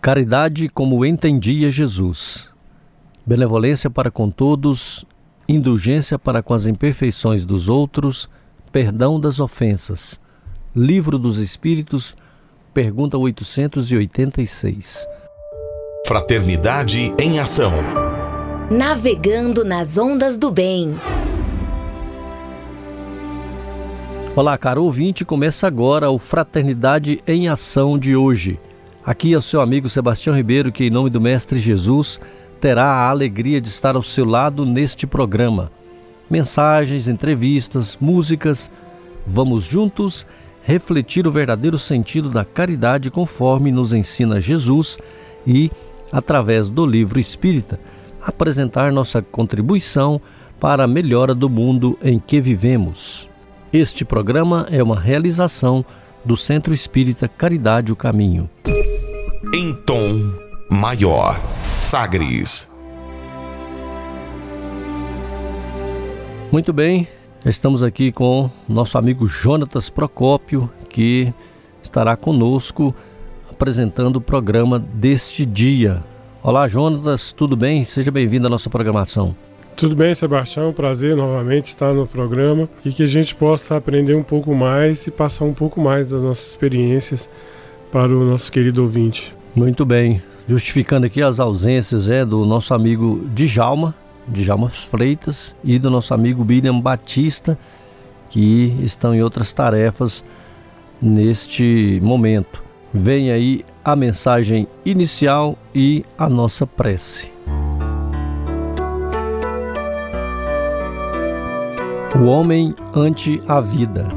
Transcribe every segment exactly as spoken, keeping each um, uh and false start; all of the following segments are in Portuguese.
Caridade como entendia Jesus. Benevolência para com todos, indulgência para com as imperfeições dos outros, perdão das ofensas. Livro dos Espíritos, pergunta oitocentos e oitenta e seis. Fraternidade em ação. Navegando nas ondas do bem. Olá, caro ouvinte, começa agora o Fraternidade em Ação de hoje. Aqui é o seu amigo Sebastião Ribeiro, que em nome do Mestre Jesus terá a alegria de estar ao seu lado neste programa. Mensagens, entrevistas, músicas. Vamos juntos refletir o verdadeiro sentido da caridade conforme nos ensina Jesus e, através do livro espírita, apresentar nossa contribuição para a melhora do mundo em que vivemos. Este programa é uma realização do Centro Espírita Caridade o Caminho. Em tom maior, Sagres. Muito bem, estamos aqui com nosso amigo Jonatas Procópio, que estará conosco apresentando o programa deste dia. Olá, Jonatas, tudo bem? Seja bem-vindo à nossa programação. Tudo bem, Sebastião, prazer novamente estar no programa e que a gente possa aprender um pouco mais e passar um pouco mais das nossas experiências para o nosso querido ouvinte. Muito bem, justificando aqui as ausências é, do nosso amigo Djalma, Djalma Freitas, e do nosso amigo William Batista, que estão em outras tarefas neste momento. Vem aí a mensagem inicial e a nossa prece. O homem ante a vida.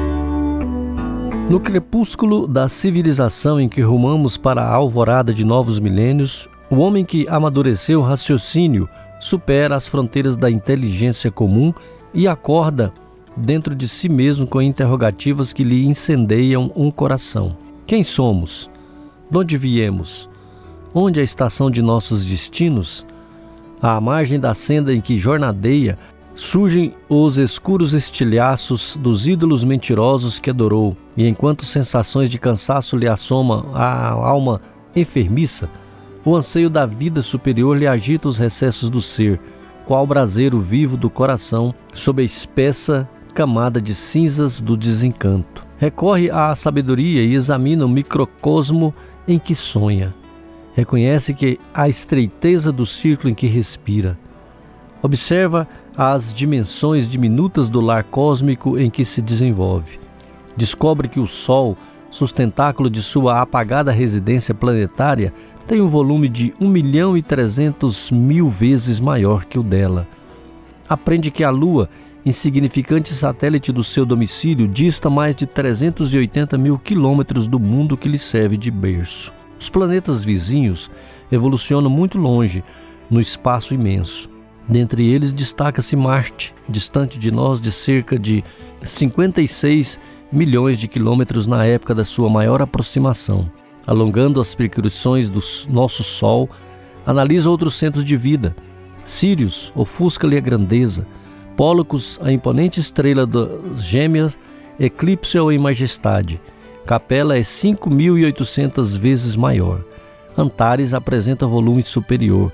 No crepúsculo da civilização em que rumamos para a alvorada de novos milênios, o homem que amadureceu o raciocínio supera as fronteiras da inteligência comum e acorda dentro de si mesmo com interrogativas que lhe incendeiam um coração. Quem somos? De onde viemos? Onde é a estação de nossos destinos? À margem da senda em que jornadeia, surgem os escuros estilhaços dos ídolos mentirosos que adorou, e enquanto sensações de cansaço lhe assomam a alma enfermiça, o anseio da vida superior lhe agita os recessos do ser, qual braseiro vivo do coração, sob a espessa camada de cinzas do desencanto. Recorre à sabedoria e examina o microcosmo em que sonha. Reconhece que a estreiteza do círculo em que respira. Observa as dimensões diminutas do lar cósmico em que se desenvolve. Descobre que o Sol, sustentáculo de sua apagada residência planetária, tem um volume de um milhão e trezentos mil vezes maior que o dela. Aprende que a Lua, insignificante satélite do seu domicílio, dista mais de trezentos e oitenta mil quilômetros do mundo que lhe serve de berço. Os planetas vizinhos evolucionam muito longe, no espaço imenso. Dentre eles destaca-se Marte, distante de nós de cerca de cinquenta e seis milhões de quilômetros na época da sua maior aproximação. Alongando as percussões do nosso Sol, analisa outros centros de vida. Sírius ofusca-lhe a grandeza. Pólux, a imponente estrela das Gêmeas, eclipsa-o em majestade. Capela é cinco mil e oitocentas vezes maior. Antares apresenta volume superior.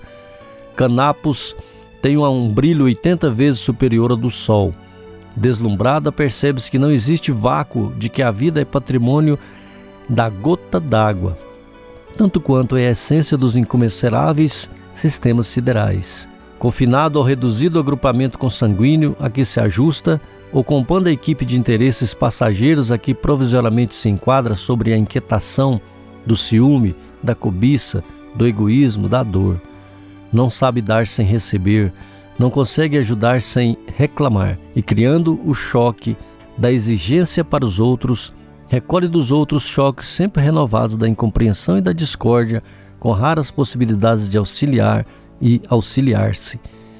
Canopus tem um brilho oitenta vezes superior ao do Sol. Deslumbrada, percebe-se que não existe vácuo, de que a vida é patrimônio da gota d'água, tanto quanto é a essência dos incomensuráveis sistemas siderais. Confinado ao reduzido agrupamento consanguíneo a que se ajusta, ou compondo a equipe de interesses passageiros a que provisoriamente se enquadra sobre a inquietação do ciúme, da cobiça, do egoísmo, da dor. Não sabe dar sem receber, não consegue ajudar sem reclamar, e criando o choque da exigência para os outros, recolhe dos outros choques sempre renovados da incompreensão e da discórdia, com raras possibilidades de auxiliar e auxiliar-se.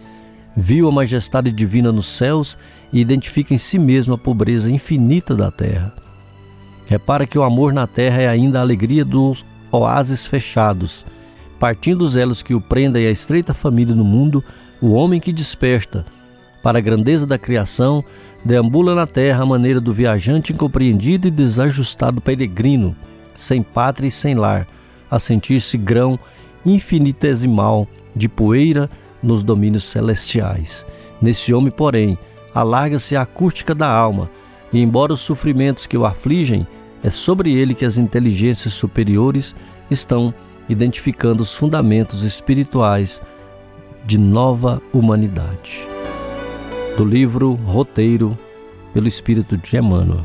Viu a majestade divina nos céus e identifica em si mesmo a pobreza infinita da terra. Repara que o amor na terra é ainda a alegria dos oásis fechados. Partindo dos elos que o prendem à estreita família no mundo, o homem que desperta para a grandeza da criação deambula na terra à maneira do viajante incompreendido e desajustado peregrino, sem pátria e sem lar, a sentir-se grão infinitesimal de poeira nos domínios celestiais. Nesse homem, porém, alarga-se a acústica da alma, e embora os sofrimentos que o afligem, é sobre ele que as inteligências superiores estão identificando os fundamentos espirituais de nova humanidade. Do livro Roteiro, pelo Espírito de Emmanuel.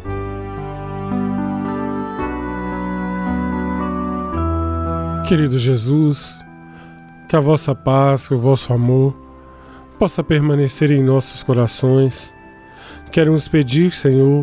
Querido Jesus, que a vossa paz, que o vosso amor possa permanecer em nossos corações. Queremos pedir, Senhor,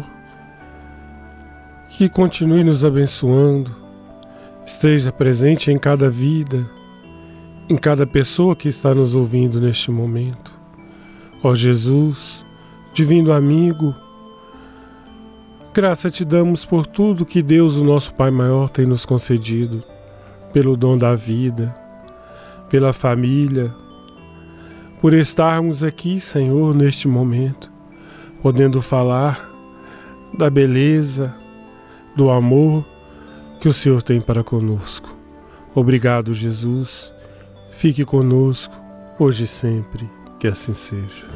que continue nos abençoando, esteja presente em cada vida, em cada pessoa que está nos ouvindo neste momento. Ó Jesus, divino amigo, graça te damos por tudo que Deus, o nosso Pai maior, tem nos concedido, pelo dom da vida, pela família, por estarmos aqui, Senhor, neste momento, podendo falar da beleza, do amor que o Senhor tem para conosco. Obrigado, Jesus. Fique conosco, hoje e sempre, que assim seja.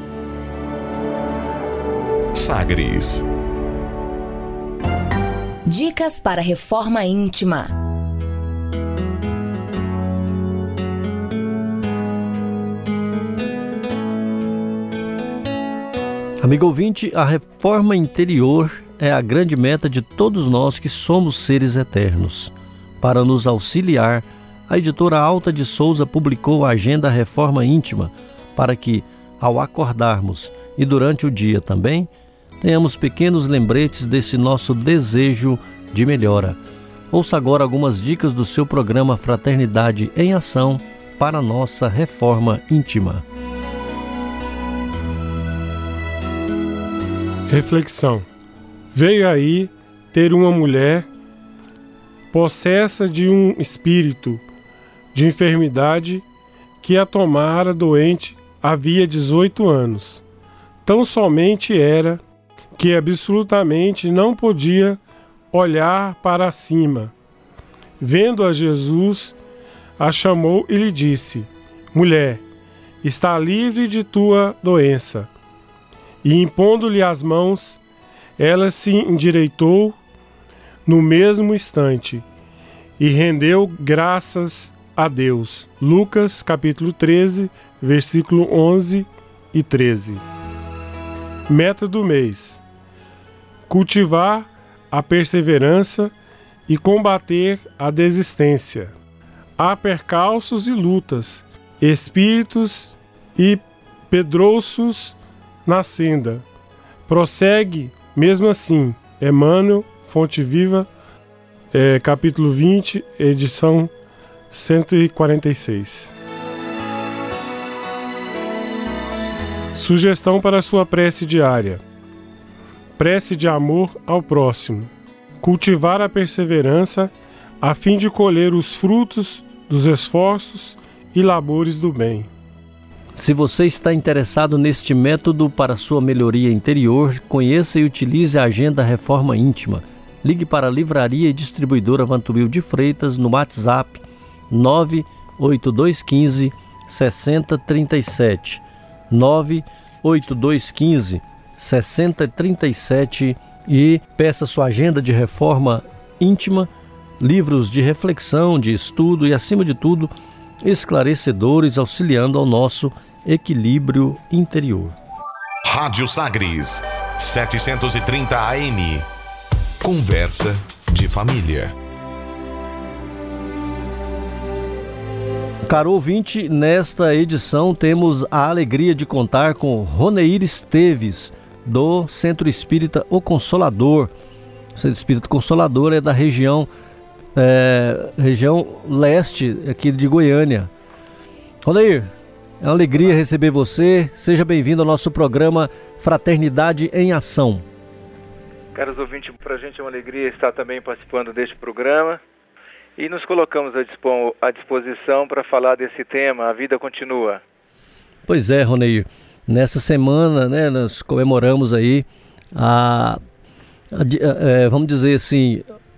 Sagres. Dicas para reforma íntima. Amigo ouvinte, a reforma interior é a grande meta de todos nós que somos seres eternos. Para nos auxiliar, a editora Alta de Souza publicou a Agenda Reforma Íntima, para que, ao acordarmos e durante o dia também, tenhamos pequenos lembretes desse nosso desejo de melhora. Ouça agora algumas dicas do seu programa Fraternidade em Ação para a nossa reforma íntima. Reflexão. Veio aí ter uma mulher possessa de um espírito de enfermidade que a tomara doente havia dezoito anos. Tão somente era que absolutamente não podia olhar para cima. Vendo a Jesus, a chamou e lhe disse: Mulher, está livre de tua doença. E impondo-lhe as mãos, ela se endireitou no mesmo instante e rendeu graças a Deus. Lucas capítulo treze, versículo onze e treze. Meta do mês: cultivar a perseverança e combater a desistência. Há percalços e lutas, espíritos e pedrouços na senda. Prossegue mesmo assim. Emmanuel, Fonte Viva, é, capítulo vinte, edição cento e quarenta e seis. Sugestão para sua prece diária: prece de amor ao próximo. Cultivar a perseverança a fim de colher os frutos dos esforços e labores do bem. Se você está interessado neste método para sua melhoria interior, conheça e utilize a Agenda Reforma Íntima. Ligue para a Livraria e Distribuidora Vantuil de Freitas no WhatsApp nove oito dois um cinco, seis zero três sete, nove oito dois um cinco, seis zero três sete e peça sua agenda de reforma íntima, livros de reflexão, de estudo e, acima de tudo, esclarecedores, auxiliando ao nosso equilíbrio interior. Rádio Sagres, setecentos e trinta A M. Conversa de família. Caro ouvinte, nesta edição temos a alegria de contar com Roneir Esteves, do Centro Espírita O Consolador. O Centro Espírita Consolador é da região, é, região leste aqui de Goiânia. Roneir, é uma alegria receber você. Seja bem-vindo ao nosso programa Fraternidade em Ação. Caros ouvintes, para a gente é uma alegria estar também participando deste programa e nos colocamos à disposição para falar desse tema, A Vida Continua. Pois é, Roneir, nessa semana, né, nós comemoramos aí a, a, a, a vamos dizer assim,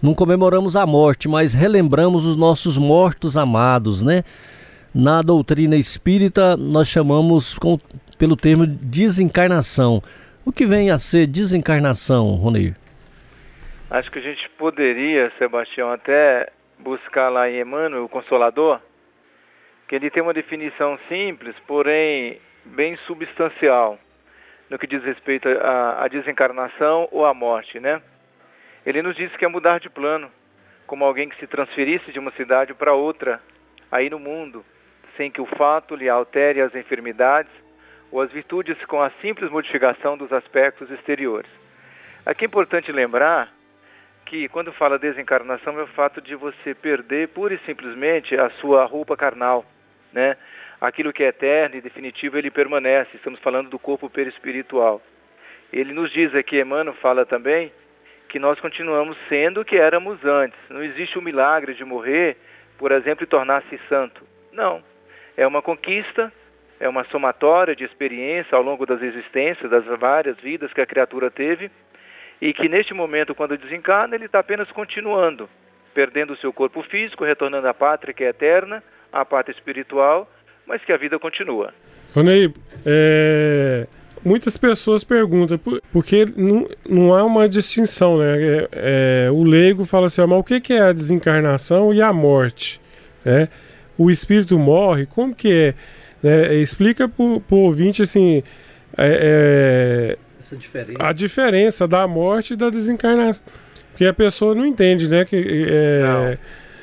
não comemoramos a morte, mas relembramos os nossos mortos amados, né? Na doutrina espírita, nós chamamos com, pelo termo desencarnação. O que vem a ser desencarnação, Roneir? Acho que a gente poderia, Sebastião, até buscar lá em Emmanuel, o Consolador, que ele tem uma definição simples, porém bem substancial, no que diz respeito à desencarnação ou à morte, né? Ele nos diz que é mudar de plano, como alguém que se transferisse de uma cidade para outra, aí no mundo, sem que o fato lhe altere as enfermidades ou as virtudes com a simples modificação dos aspectos exteriores. Aqui é importante lembrar que quando fala desencarnação é o fato de você perder pura e simplesmente a sua roupa carnal, né? Aquilo que é eterno e definitivo ele permanece, estamos falando do corpo perispiritual. Ele nos diz aqui, Emmanuel fala também, que nós continuamos sendo o que éramos antes. Não existe o milagre de morrer, por exemplo, e tornar-se santo. Não. É uma conquista, é uma somatória de experiência ao longo das existências, das várias vidas que a criatura teve, e que neste momento, quando desencarna, ele está apenas continuando, perdendo o seu corpo físico, retornando à pátria que é eterna, à pátria espiritual, mas que a vida continua. Roneir, é... muitas pessoas perguntam, porque não, não há uma distinção, né? É, é, o leigo fala assim, mas o que é a desencarnação e a morte? É? O espírito morre, como que é? É explica para o ouvinte assim, é, é, essa diferença. A diferença da morte e da desencarnação. Porque a pessoa não entende, né? Que, é, não.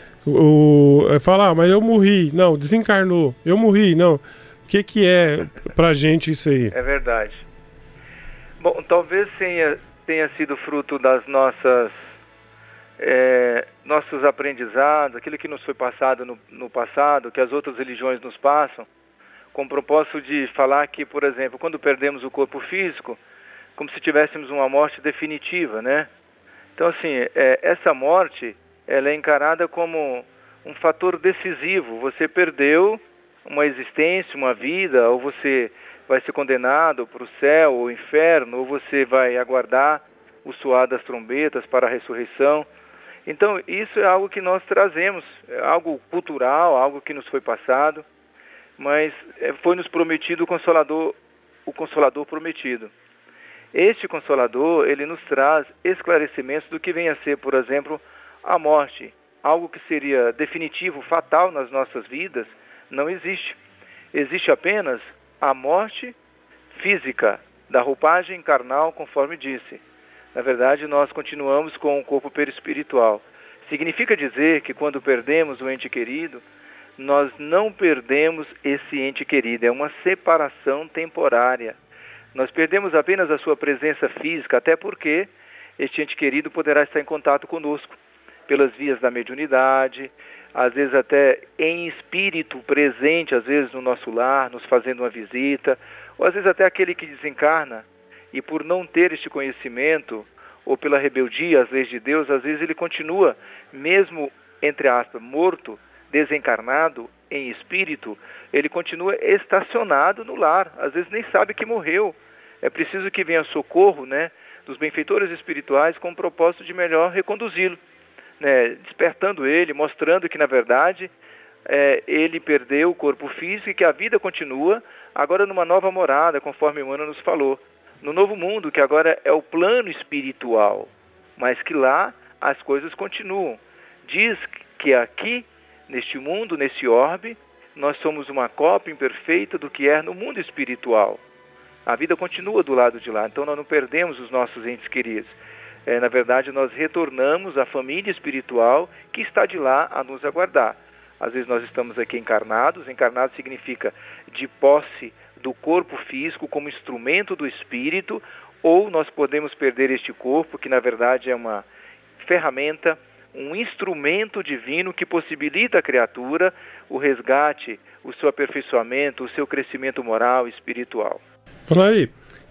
O, é falar, ah, mas eu morri. Não, desencarnou. Eu morri, não. O que, que é pra gente isso aí? É verdade. Bom, talvez tenha, tenha sido fruto das nossas é, nossos aprendizados, aquilo que nos foi passado no, no passado, que as outras religiões nos passam, com o propósito de falar que, por exemplo, quando perdemos o corpo físico, como se tivéssemos uma morte definitiva, né? Então, assim, é, essa morte, ela é encarada como um fator decisivo. Você perdeu uma existência, uma vida, ou você vai ser condenado para o céu ou inferno, ou você vai aguardar o soar das trombetas para a ressurreição. Então, isso é algo que nós trazemos, é algo cultural, algo que nos foi passado, mas foi nos prometido o Consolador, o Consolador prometido. Este Consolador, ele nos traz esclarecimentos do que vem a ser, por exemplo, a morte. Algo que seria definitivo, fatal nas nossas vidas, não existe. Existe apenas a morte física, da roupagem carnal, conforme disse. Na verdade, nós continuamos com o corpo perispiritual. Significa dizer que quando perdemos o ente querido, nós não perdemos esse ente querido, é uma separação temporária. Nós perdemos apenas a sua presença física, até porque este ente querido poderá estar em contato conosco, pelas vias da mediunidade, às vezes até em espírito presente, às vezes no nosso lar, nos fazendo uma visita, ou às vezes até aquele que desencarna, e por não ter este conhecimento, ou pela rebeldia às leis de Deus, às vezes ele continua, mesmo, entre aspas, morto, desencarnado em espírito, ele continua estacionado no lar, às vezes nem sabe que morreu. É preciso que venha socorro, né, dos benfeitores espirituais com o propósito de melhor reconduzi-lo, né, despertando ele, mostrando que na verdade é, ele perdeu o corpo físico e que a vida continua agora numa nova morada, conforme Emmanuel nos falou, no novo mundo, que agora é o plano espiritual, mas que lá as coisas continuam. Diz que aqui, neste mundo, nesse orbe, nós somos uma cópia imperfeita do que é no mundo espiritual. A vida continua do lado de lá, então nós não perdemos os nossos entes queridos. É, na verdade, nós retornamos à família espiritual que está de lá a nos aguardar. Às vezes nós estamos aqui encarnados, encarnado significa de posse do corpo físico como instrumento do espírito, ou nós podemos perder este corpo, que na verdade é uma ferramenta, um instrumento divino que possibilita à criatura o resgate, o seu aperfeiçoamento, o seu crescimento moral e espiritual. Olha aí,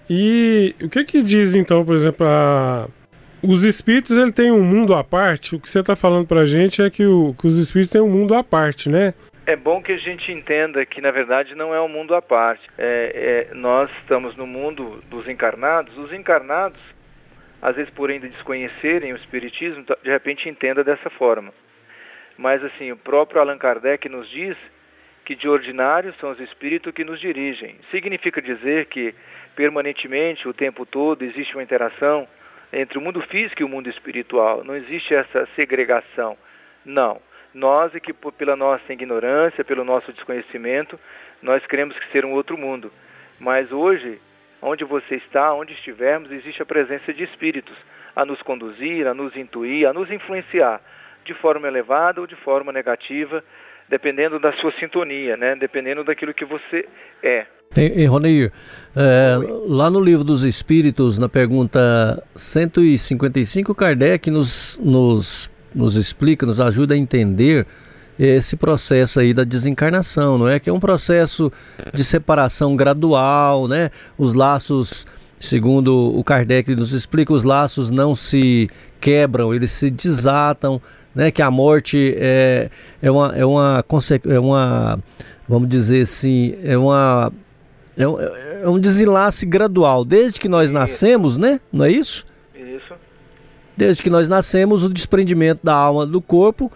e o que que diz então, por exemplo, a... os espíritos ele tem um mundo à parte? O que você está falando para a gente é que, o... que os espíritos têm um mundo à parte, né? É bom que a gente entenda que, na verdade, não é um mundo à parte. É, é, nós estamos no mundo dos encarnados. Os encarnados, às vezes por ainda desconhecerem o Espiritismo, de repente entenda dessa forma. Mas assim, o próprio Allan Kardec nos diz que de ordinário são os espíritos que nos dirigem. Significa dizer que permanentemente, o tempo todo, existe uma interação entre o mundo físico e o mundo espiritual. Não existe essa segregação. Não. Nós é que, pela nossa ignorância, pelo nosso desconhecimento, nós queremos que ser um outro mundo. Mas hoje, onde você está, onde estivermos, existe a presença de espíritos a nos conduzir, a nos intuir, a nos influenciar de forma elevada ou de forma negativa, dependendo da sua sintonia, né? Dependendo daquilo que você é. Em, em Roneir, é, lá no Livro dos Espíritos, na pergunta cento e cinquenta e cinco, Kardec nos, nos, nos explica, nos ajuda a entender esse processo aí da desencarnação, não é? Que é um processo de separação gradual, né? Os laços, segundo o Kardec nos explica, os laços não se quebram, eles se desatam, né? Que a morte é, é, uma, é, uma, é uma, vamos dizer assim, é uma é um, é um desenlace gradual, desde que nós nascemos, né? Não é isso? Isso. Desde que nós nascemos, o desprendimento da alma do corpo.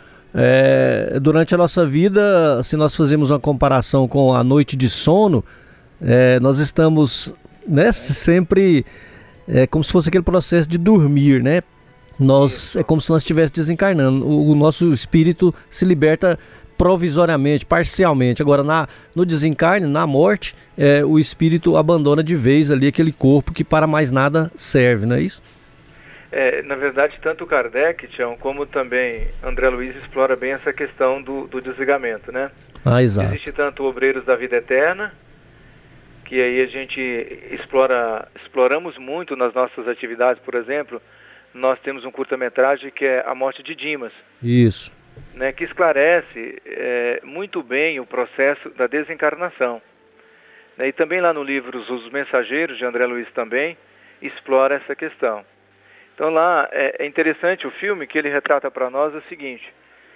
É, durante a nossa vida, se nós fazemos uma comparação com a noite de sono, é, nós estamos, né, sempre é, como se fosse aquele processo de dormir, né? Nós, é como se nós estivéssemos desencarnando. O, o nosso espírito se liberta provisoriamente, parcialmente. Agora, na, no desencarne, na morte, é, o espírito abandona de vez ali aquele corpo que para mais nada serve, não é isso? É, na verdade, tanto Kardec, Tião, como também André Luiz explora bem essa questão do, do desligamento, né? Ah, exato. Existe tanto Obreiros da Vida Eterna, que aí a gente explora, exploramos muito nas nossas atividades. Por exemplo, nós temos um curta-metragem que é A Morte de Dimas. Isso. Né, que esclarece é, muito bem o processo da desencarnação. Né, e também lá no livro Os Mensageiros, de André Luiz também, explora essa questão. Então lá é, é interessante o filme que ele retrata para nós o seguinte,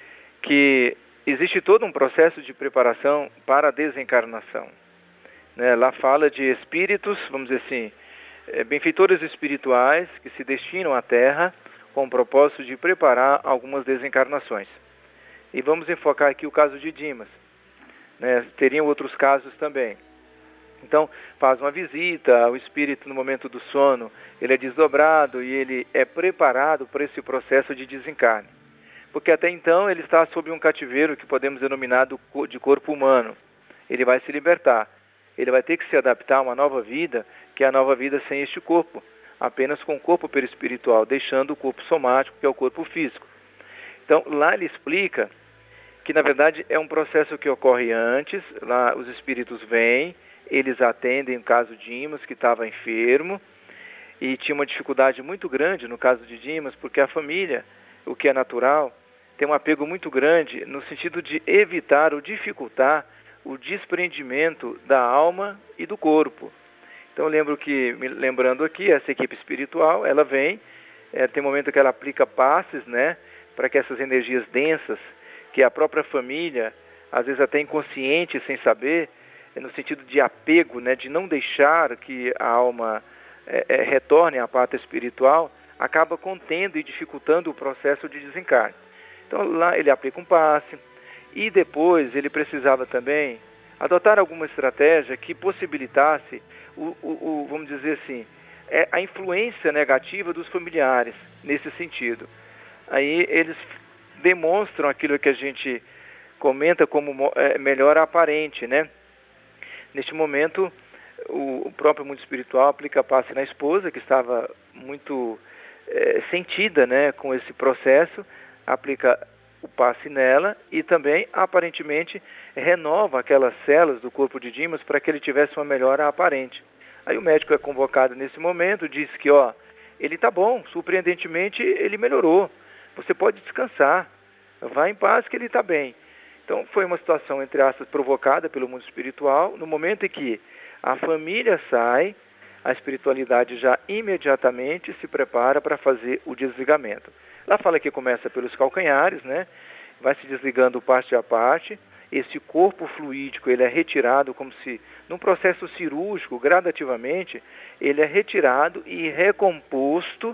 que existe todo um processo de preparação para a desencarnação. Né, lá fala de espíritos, vamos dizer assim, é, benfeitores espirituais que se destinam à Terra com o propósito de preparar algumas desencarnações. E vamos enfocar aqui o caso de Dimas. Né? Teriam outros casos também. Então, faz uma visita, o espírito no momento do sono, ele é desdobrado e ele é preparado para esse processo de desencarne. Porque até então ele está sob um cativeiro que podemos denominar de corpo humano. Ele vai se libertar. Ele vai ter que se adaptar a uma nova vida, que é a nova vida sem este corpo, apenas com o corpo perispiritual, deixando o corpo somático, que é o corpo físico. Então, lá ele explica que, na verdade, é um processo que ocorre antes. Lá os espíritos vêm, eles atendem o caso de Dimas, que estava enfermo, e tinha uma dificuldade muito grande no caso de Dimas, porque a família, o que é natural, tem um apego muito grande no sentido de evitar ou dificultar o desprendimento da alma e do corpo. Então, eu lembro que, me lembrando aqui, essa equipe espiritual, ela vem, é, tem um momento que ela aplica passes, né, para que essas energias densas, que a própria família, às vezes até inconsciente, sem saber, é no sentido de apego, né, de não deixar que a alma é, é, retorne à pátria espiritual, acaba contendo e dificultando o processo de desencarne. Então lá ele aplica um passe, e depois ele precisava também adotar alguma estratégia que possibilitasse, o, o, o, vamos dizer assim, é, a influência negativa dos familiares, nesse sentido. Aí eles demonstram aquilo que a gente comenta como é, melhora aparente, né? Neste momento, o, o próprio mundo espiritual aplica passe na esposa, que estava muito é, sentida, né, com esse processo, aplica o passe nela e também, aparentemente, renova aquelas células do corpo de Dimas para que ele tivesse uma melhora aparente. Aí o médico é convocado nesse momento, diz que, ó, ele está bom, surpreendentemente ele melhorou. Você pode descansar, vá em paz que ele está bem. Então foi uma situação, entre aspas, provocada pelo mundo espiritual. No momento em que a família sai, a espiritualidade já imediatamente se prepara para fazer o desligamento. Lá fala que começa pelos calcanhares, né? Vai se desligando parte a parte. Esse corpo fluídico ele é retirado como se, num processo cirúrgico, gradativamente, ele é retirado e recomposto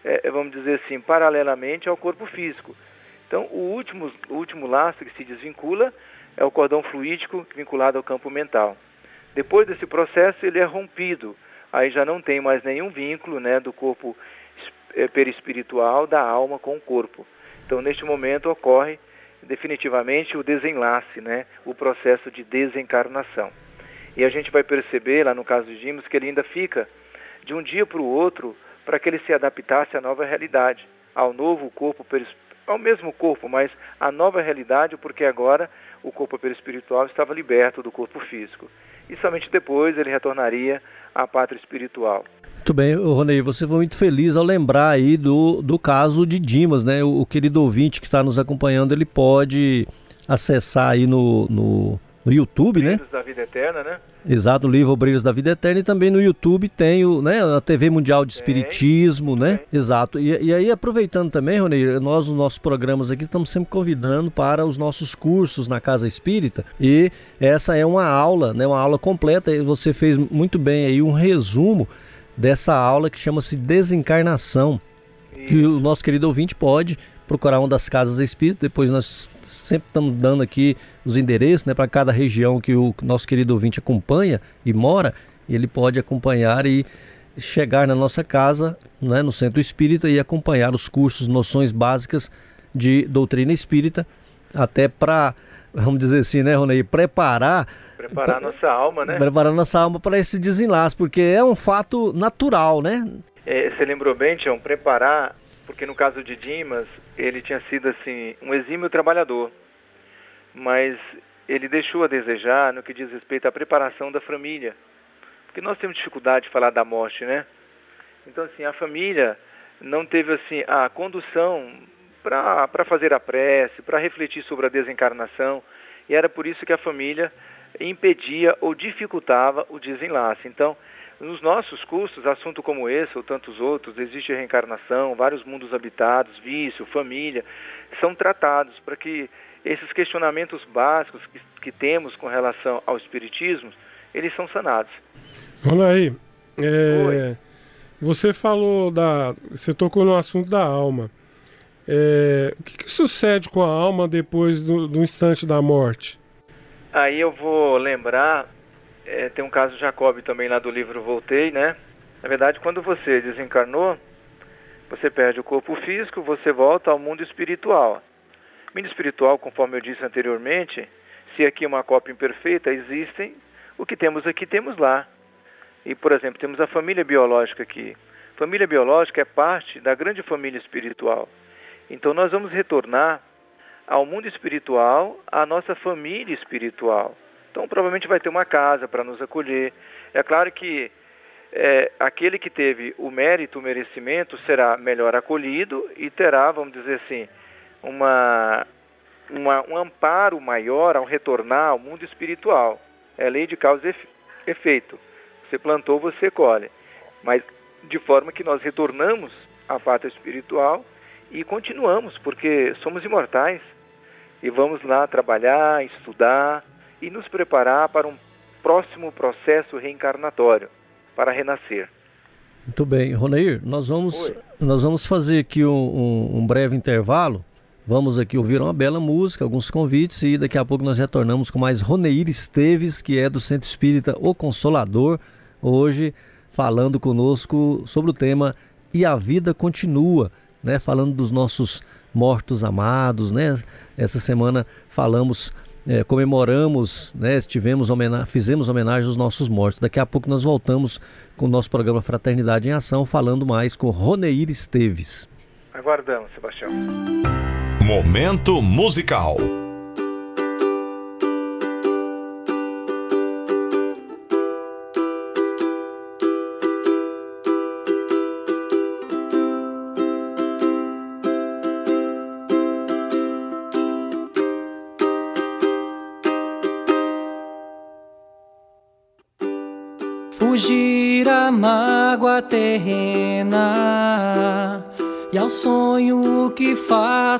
é, vamos dizer assim, paralelamente ao corpo físico. Então, o último, o último laço que se desvincula é o cordão fluídico vinculado ao campo mental. Depois desse processo, ele é rompido. Aí já não tem mais nenhum vínculo, né, do corpo perispiritual, da alma com o corpo. Então, neste momento, ocorre definitivamente o desenlace, né, o processo de desencarnação. E a gente vai perceber, lá no caso de Dimos, que ele ainda fica de um dia para o outro para que ele se adaptasse à nova realidade, ao novo corpo, ao mesmo corpo, mas à nova realidade, porque agora o corpo perispiritual estava liberto do corpo físico. E somente depois ele retornaria à pátria espiritual. Muito bem, Ronei, você foi muito feliz ao lembrar aí do, do caso de Dimas, né? O, o querido ouvinte que está nos acompanhando, ele pode acessar aí no, no, no YouTube, Brilhos, né? Brilhos da Vida Eterna, né? Exato, o livro Brilhos da Vida Eterna, e também no YouTube tem o, né, a T V Mundial de Espiritismo, tem, né? Tem. Exato. E, e aí, aproveitando também, Ronei, nós, nos nossos programas aqui, estamos sempre convidando para os nossos cursos na Casa Espírita, e essa é uma aula, né, uma aula completa, e você fez muito bem aí um resumo dessa aula que chama-se Desencarnação, Isso. que o nosso querido ouvinte pode procurar uma das casas espíritas. Depois nós sempre estamos dando aqui os endereços, né, para cada região que o nosso querido ouvinte acompanha e mora, ele pode acompanhar e chegar na nossa casa, né, no Centro Espírita, e acompanhar os cursos, noções básicas de doutrina espírita, até para, vamos dizer assim, né, Ronei, preparar Preparar pra, nossa alma, né? Preparar nossa alma para esse desenlace, porque é um fato natural, né? É, você lembrou bem, Tião, preparar, porque no caso de Dimas, ele tinha sido, assim, um exímio trabalhador, mas ele deixou a desejar no que diz respeito à preparação da família, porque nós temos dificuldade de falar da morte, né? Então, assim, a família não teve, assim, a condução para para fazer a prece, para refletir sobre a desencarnação, e era por isso que a família impedia ou dificultava o desenlace. Então, nos nossos cursos, assunto como esse ou tantos outros, existe reencarnação, vários mundos habitados, vício, família, são tratados para que esses questionamentos básicos que, que temos com relação ao espiritismo, eles são sanados. Olha aí, é, você falou da, você tocou no assunto da alma. É, o que, que sucede com a alma depois do, do instante da morte? Aí eu vou lembrar, é, tem um caso de Jacob também lá do livro Voltei, né? Na verdade, quando você desencarnou, você perde o corpo físico, você volta ao mundo espiritual. O mundo espiritual, conforme eu disse anteriormente, se aqui é uma cópia imperfeita, existem, o que temos aqui, temos lá. E, por exemplo, temos a família biológica aqui. Família biológica é parte da grande família espiritual. Então nós vamos retornar ao mundo espiritual, à nossa família espiritual. Então provavelmente vai ter uma casa para nos acolher. É claro que é, aquele que teve o mérito, o merecimento, será melhor acolhido e terá, vamos dizer assim, uma, uma, um amparo maior ao retornar ao mundo espiritual. É lei de causa e efeito. Você plantou, você colhe. Mas de forma que nós retornamos à pátria espiritual e continuamos, porque somos imortais. E vamos lá trabalhar, estudar e nos preparar para um próximo processo reencarnatório, para renascer. Muito bem. Ronair, nós vamos, nós vamos fazer aqui um, um, um breve intervalo. Vamos aqui ouvir uma bela música, alguns convites, e daqui a pouco nós retornamos com mais Ronair Esteves, que é do Centro Espírita O Consolador, hoje falando conosco sobre o tema E a Vida Continua, né? Falando dos nossos mortos amados, né? Essa semana falamos, é, comemoramos, né? Tivemos homenagem, fizemos homenagem aos nossos mortos. Daqui a pouco nós voltamos com o nosso programa Fraternidade em Ação, falando mais com Ronair Esteves. Aguardamos, Sebastião. Momento musical. Fugir à mágoa terrena e ao sonho que faz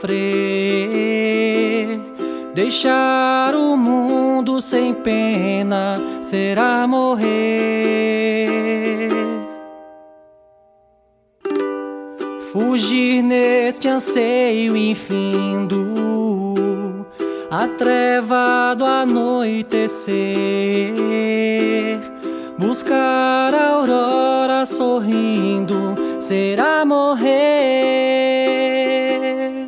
sofrer. Deixar o mundo sem pena será morrer. neste anseio infindo, a treva do anoitecer, buscar a aurora sorrindo, será morrer.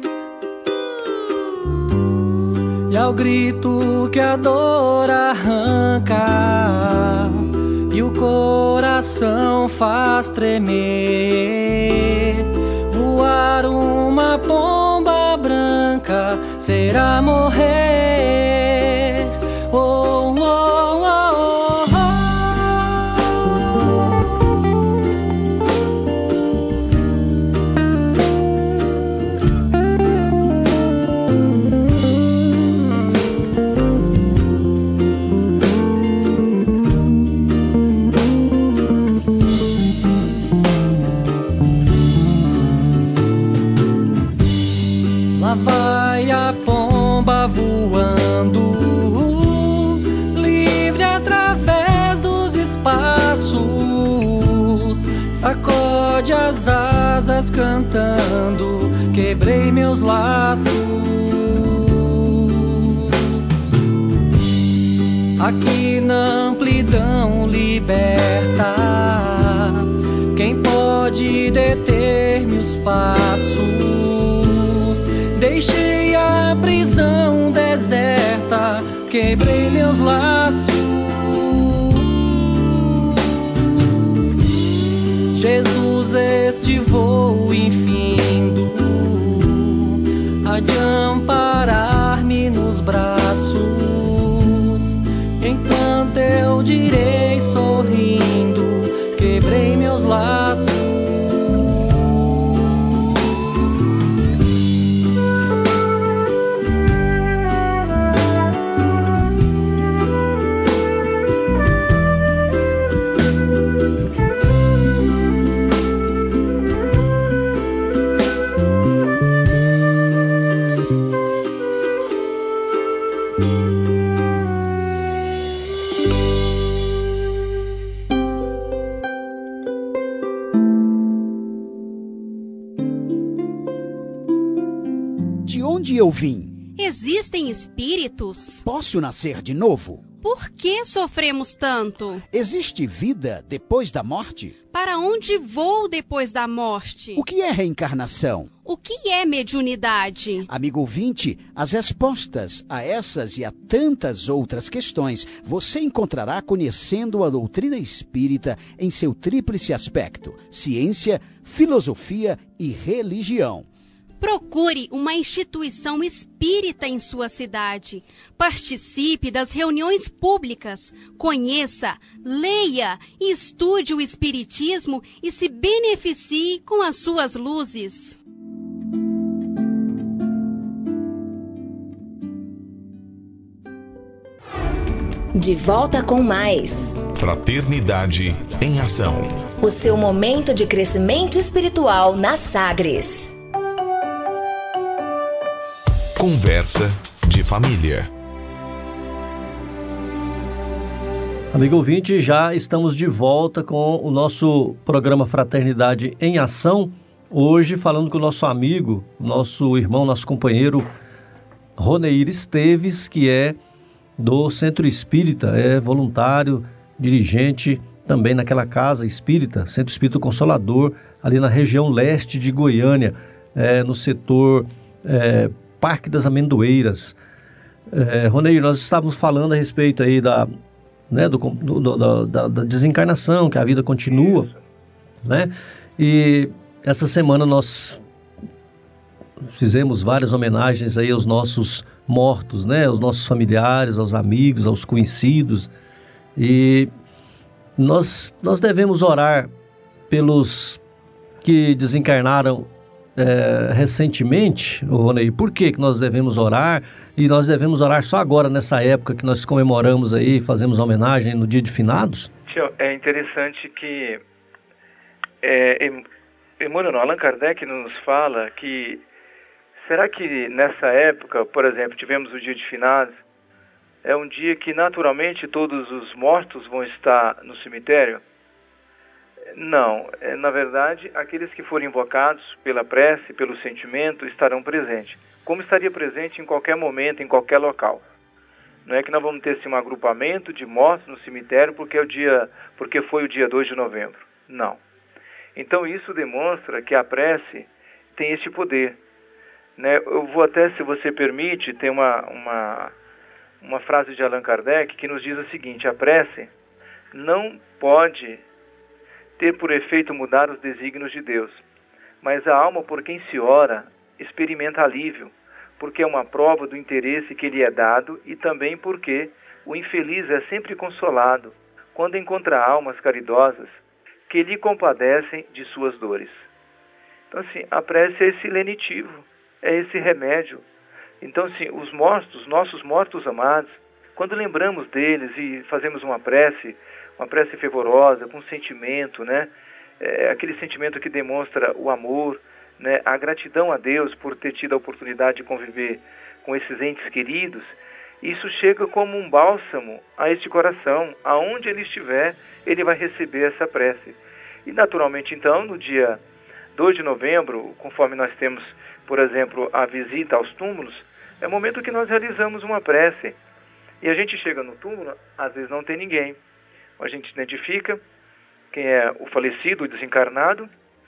E ao grito que a dor arranca e o coração faz tremer, voar uma pomba branca será morrer. Oh, oh, oh, oh, vai a pomba voando, livre através dos espaços, sacode as asas cantando, quebrei meus laços. Aqui na amplidão liberta, quem pode deter meus passos? Deixei a prisão deserta, quebrei meus laços. Jesus, este voo infindo, há de amparar-me nos braços, enquanto eu direi sorrindo, quebrei meus laços. Eu vim. Existem espíritos? Posso nascer de novo? Por que sofremos tanto? Existe vida depois da morte? Para onde vou depois da morte? O que é reencarnação? O que é mediunidade? Amigo ouvinte, as respostas a essas e a tantas outras questões você encontrará conhecendo a doutrina espírita em seu tríplice aspecto: ciência, filosofia e religião. Procure uma instituição espírita em sua cidade. Participe das reuniões públicas. Conheça, leia e estude o espiritismo e se beneficie com as suas luzes. De volta com mais Fraternidade em Ação. O seu momento de crescimento espiritual na Sagres. Conversa de família. Amigo ouvinte, já estamos de volta com o nosso programa Fraternidade em Ação. Hoje falando com o nosso amigo, nosso irmão, nosso companheiro Roneir Esteves, que é do Centro Espírita, é voluntário, dirigente também naquela casa espírita, Centro Espírita Consolador, ali na região leste de Goiânia, é, no setor é, Parque das Amendoeiras. É, Roneir, nós estávamos falando a respeito aí da, né, do, do, da, da desencarnação, que a vida continua, né? E essa semana nós fizemos várias homenagens aí aos nossos mortos, né? Aos nossos familiares, aos amigos, aos conhecidos. E nós, nós devemos orar pelos que desencarnaram É, recentemente, Roneir. Por que que nós devemos orar? E nós devemos orar só agora, nessa época que nós comemoramos aí, fazemos homenagem no dia de finados? É interessante que é, Emmanuel, Allan Kardec nos fala que será que nessa época, por exemplo, tivemos o dia de finados, é um dia que naturalmente todos os mortos vão estar no cemitério? Não, é, na verdade, aqueles que forem invocados pela prece, pelo sentimento, estarão presentes. Como estaria presente em qualquer momento, em qualquer local. Não é que nós vamos ter assim, um agrupamento de mortos no cemitério porque, é o dia, porque foi o dia dois de novembro. Não. Então isso demonstra que a prece tem esse poder. Né? Eu vou até, se você permite, tem uma, uma, uma frase de Allan Kardec que nos diz o seguinte: a prece não pode ter por efeito mudar os desígnios de Deus, mas a alma por quem se ora experimenta alívio, porque é uma prova do interesse que lhe é dado e também porque o infeliz é sempre consolado quando encontra almas caridosas que lhe compadecem de suas dores. Então, assim, a prece é esse lenitivo, é esse remédio. Então, assim, os mortos, os nossos mortos amados, quando lembramos deles e fazemos uma prece, uma prece fervorosa, com sentimento, né? É aquele sentimento que demonstra o amor, né? A gratidão a Deus por ter tido a oportunidade de conviver com esses entes queridos, isso chega como um bálsamo a este coração. Aonde ele estiver, ele vai receber essa prece. E naturalmente, então, no dia dois de novembro, conforme nós temos, por exemplo, a visita aos túmulos, é o momento que nós realizamos uma prece. E a gente chega no túmulo, às vezes não tem ninguém. A gente identifica quem é o falecido, o desencarnado,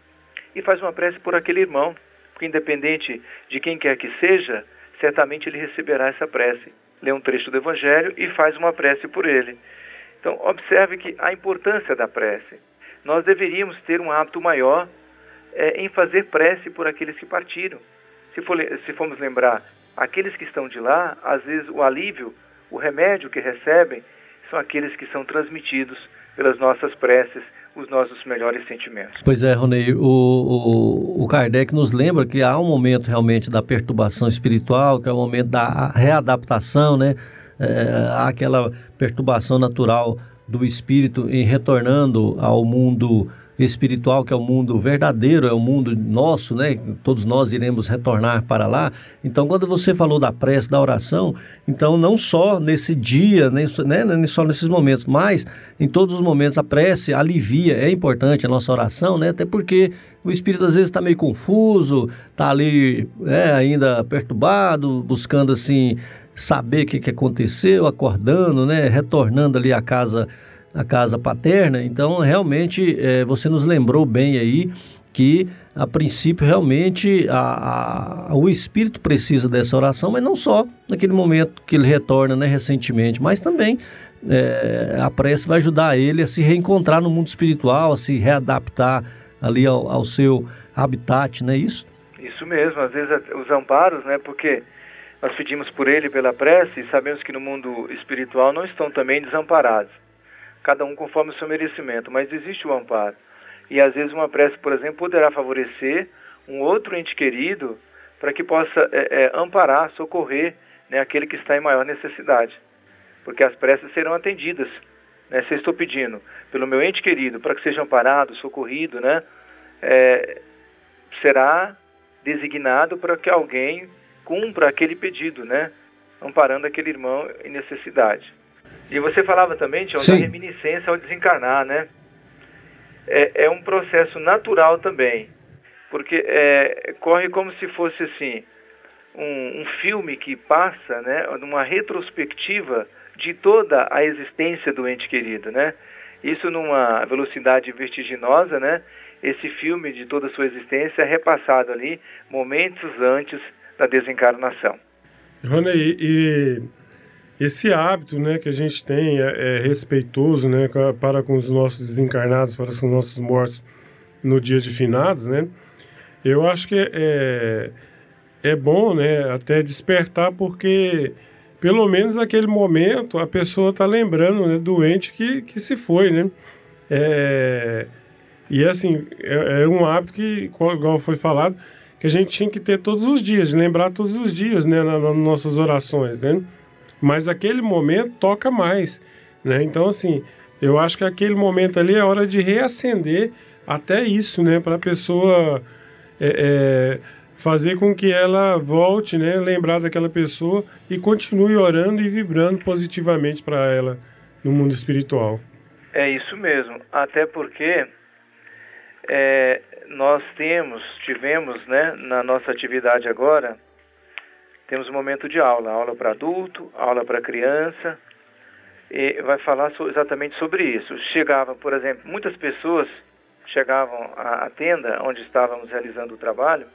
e faz uma prece por aquele irmão, porque independente de quem quer que seja, certamente ele receberá essa prece. Lê um trecho do Evangelho e faz uma prece por ele. Então, observe que a importância da prece. Nós deveríamos ter um hábito maior é, em fazer prece por aqueles que partiram. Se, for, se formos lembrar, aqueles que estão de lá, às vezes o alívio, o remédio que recebem, são aqueles que são transmitidos pelas nossas preces, os nossos melhores sentimentos. Pois é, Ronei, o, o, o Kardec nos lembra que há um momento realmente da perturbação espiritual, que é o momento da readaptação, né? É, há aquela perturbação natural do espírito em retornando ao mundo espiritual, que é o mundo verdadeiro, é o mundo nosso, né? Todos nós iremos retornar para lá. Então, quando você falou da prece, da oração, então não só nesse dia, nem, né, nem só nesses momentos, mas em todos os momentos a prece alivia, é importante a nossa oração, né? Até porque o espírito às vezes está meio confuso, está ali é, ainda perturbado, buscando assim saber o que, que aconteceu, acordando, né? Retornando ali à casa a casa paterna. Então, realmente, é, você nos lembrou bem aí que, a princípio, realmente a, a, o espírito precisa dessa oração, mas não só naquele momento que ele retorna, né, recentemente, mas também é, a prece vai ajudar ele a se reencontrar no mundo espiritual, a se readaptar ali ao, ao seu habitat, não é isso? Isso mesmo, às vezes os amparos, né, porque nós pedimos por ele pela prece e sabemos que no mundo espiritual não estão também desamparados. Cada um conforme o seu merecimento, mas existe o amparo. E às vezes uma prece, por exemplo, poderá favorecer um outro ente querido para que possa é, é, amparar, socorrer, né, aquele que está em maior necessidade. Porque as preces serão atendidas. Né? Se eu estou pedindo pelo meu ente querido para que seja amparado, socorrido, né, é, será designado para que alguém cumpra aquele pedido, né, amparando aquele irmão em necessidade. E você falava também, Tião, da reminiscência ao desencarnar, né? É, é um processo natural também, porque é, corre como se fosse assim, um, um filme que passa, né, uma retrospectiva de toda a existência do ente querido, né? Isso numa velocidade vertiginosa, né? Esse filme de toda a sua existência é repassado ali momentos antes da desencarnação. Rony, e... e... esse hábito, né, que a gente tem é, é respeitoso, né, para com os nossos desencarnados, para com os nossos mortos no dia de finados, né? Eu acho que é, é bom, né, até despertar, porque pelo menos naquele momento a pessoa está lembrando, né, do ente que, que se foi, né? É, e assim, é, é um hábito que, igual foi falado, que a gente tinha que ter todos os dias, lembrar todos os dias, né, nas, nas nossas orações, né? Mas aquele momento toca mais, né? Então, assim, eu acho que aquele momento ali é hora de reacender até isso, né? Para a pessoa é, é, fazer com que ela volte, né? Lembrar daquela pessoa e continue orando e vibrando positivamente para ela no mundo espiritual. É isso mesmo. Até porque É, nós temos, tivemos, né, na nossa atividade agora, temos um momento de aula, aula para adulto, aula para criança, e vai falar so, exatamente sobre isso. Chegavam, por exemplo, muitas pessoas chegavam à, à tenda onde estávamos realizando o trabalho,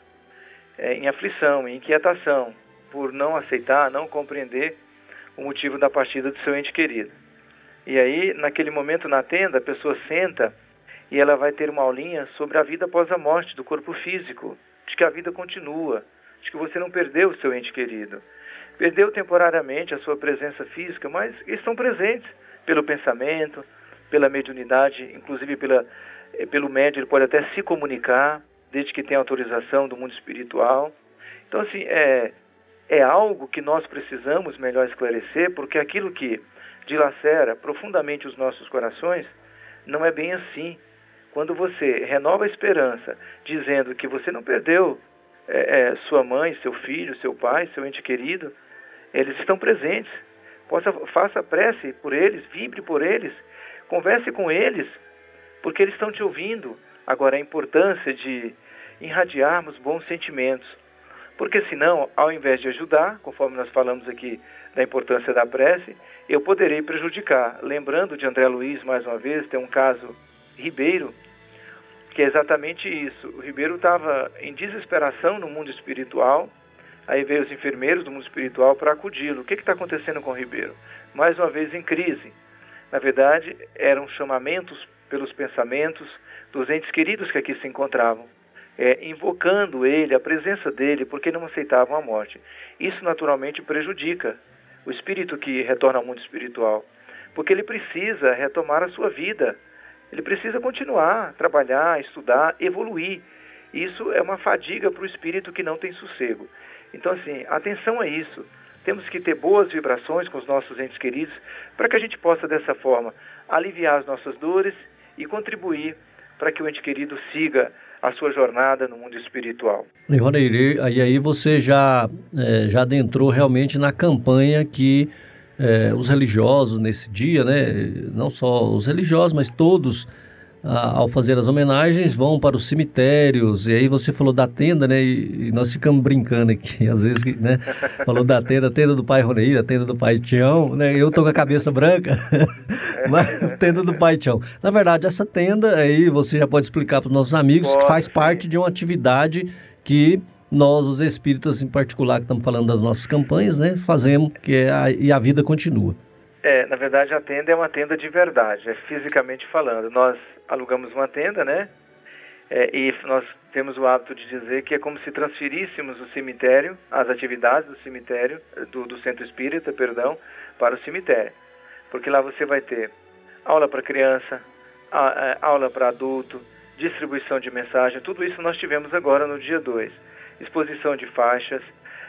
é, em aflição, em inquietação, por não aceitar, não compreender o motivo da partida do seu ente querido. E aí, naquele momento na tenda, a pessoa senta e ela vai ter uma aulinha sobre a vida após a morte do corpo físico, de que a vida continua, de que você não perdeu o seu ente querido. Perdeu temporariamente a sua presença física, mas estão presentes pelo pensamento, pela mediunidade, inclusive pela, pelo médium, ele pode até se comunicar, desde que tenha autorização do mundo espiritual. Então, assim, é, é algo que nós precisamos melhor esclarecer, porque aquilo que dilacera profundamente os nossos corações não é bem assim. Quando você renova a esperança, dizendo que você não perdeu é, é, sua mãe, seu filho, seu pai, seu ente querido, eles estão presentes. Possa, faça prece por eles, vibre por eles, converse com eles, porque eles estão te ouvindo. Agora, a importância de irradiarmos bons sentimentos, porque senão, ao invés de ajudar, conforme nós falamos aqui da importância da prece, eu poderei prejudicar. Lembrando de André Luiz, mais uma vez, tem um caso Ribeiro, que é exatamente isso. O Ribeiro estava em desesperação no mundo espiritual, aí veio os enfermeiros do mundo espiritual para acudi-lo. O que está acontecendo com o Ribeiro? Mais uma vez em crise. Na verdade, eram chamamentos pelos pensamentos dos entes queridos que aqui se encontravam, é, invocando ele, a presença dele, porque não aceitavam a morte. Isso naturalmente prejudica o espírito que retorna ao mundo espiritual, porque ele precisa retomar a sua vida. Ele precisa continuar, trabalhar, estudar, evoluir. Isso é uma fadiga para o espírito que não tem sossego. Então, assim, atenção a isso. Temos que ter boas vibrações com os nossos entes queridos para que a gente possa, dessa forma, aliviar as nossas dores e contribuir para que o ente querido siga a sua jornada no mundo espiritual. E, Roneir, e aí você já, é, já adentrou realmente na campanha que É, os religiosos nesse dia, né, não só os religiosos, mas todos, a, ao fazer as homenagens, vão para os cemitérios. E aí você falou da tenda, né, e, e nós ficamos brincando aqui, às vezes, né, falou da tenda, a tenda do pai Roneir, a tenda do pai Tião, né, eu tô com a cabeça branca, mas a tenda do pai Tião. Na verdade, essa tenda, aí você já pode explicar para os nossos amigos, pode, que faz sim. parte de uma atividade que nós, os espíritas em particular, que estamos falando das nossas campanhas, né, fazemos, que é a, e a vida continua. É, na verdade, a tenda é uma tenda de verdade, é fisicamente falando. Nós alugamos uma tenda, né, é, e nós temos o hábito de dizer que é como se transferíssemos o cemitério, as atividades do cemitério, do, do centro espírita, perdão, para o cemitério. Porque lá você vai ter aula para criança, a, a, aula para adulto, distribuição de mensagem, tudo isso nós tivemos agora no dia dois. Exposição de faixas,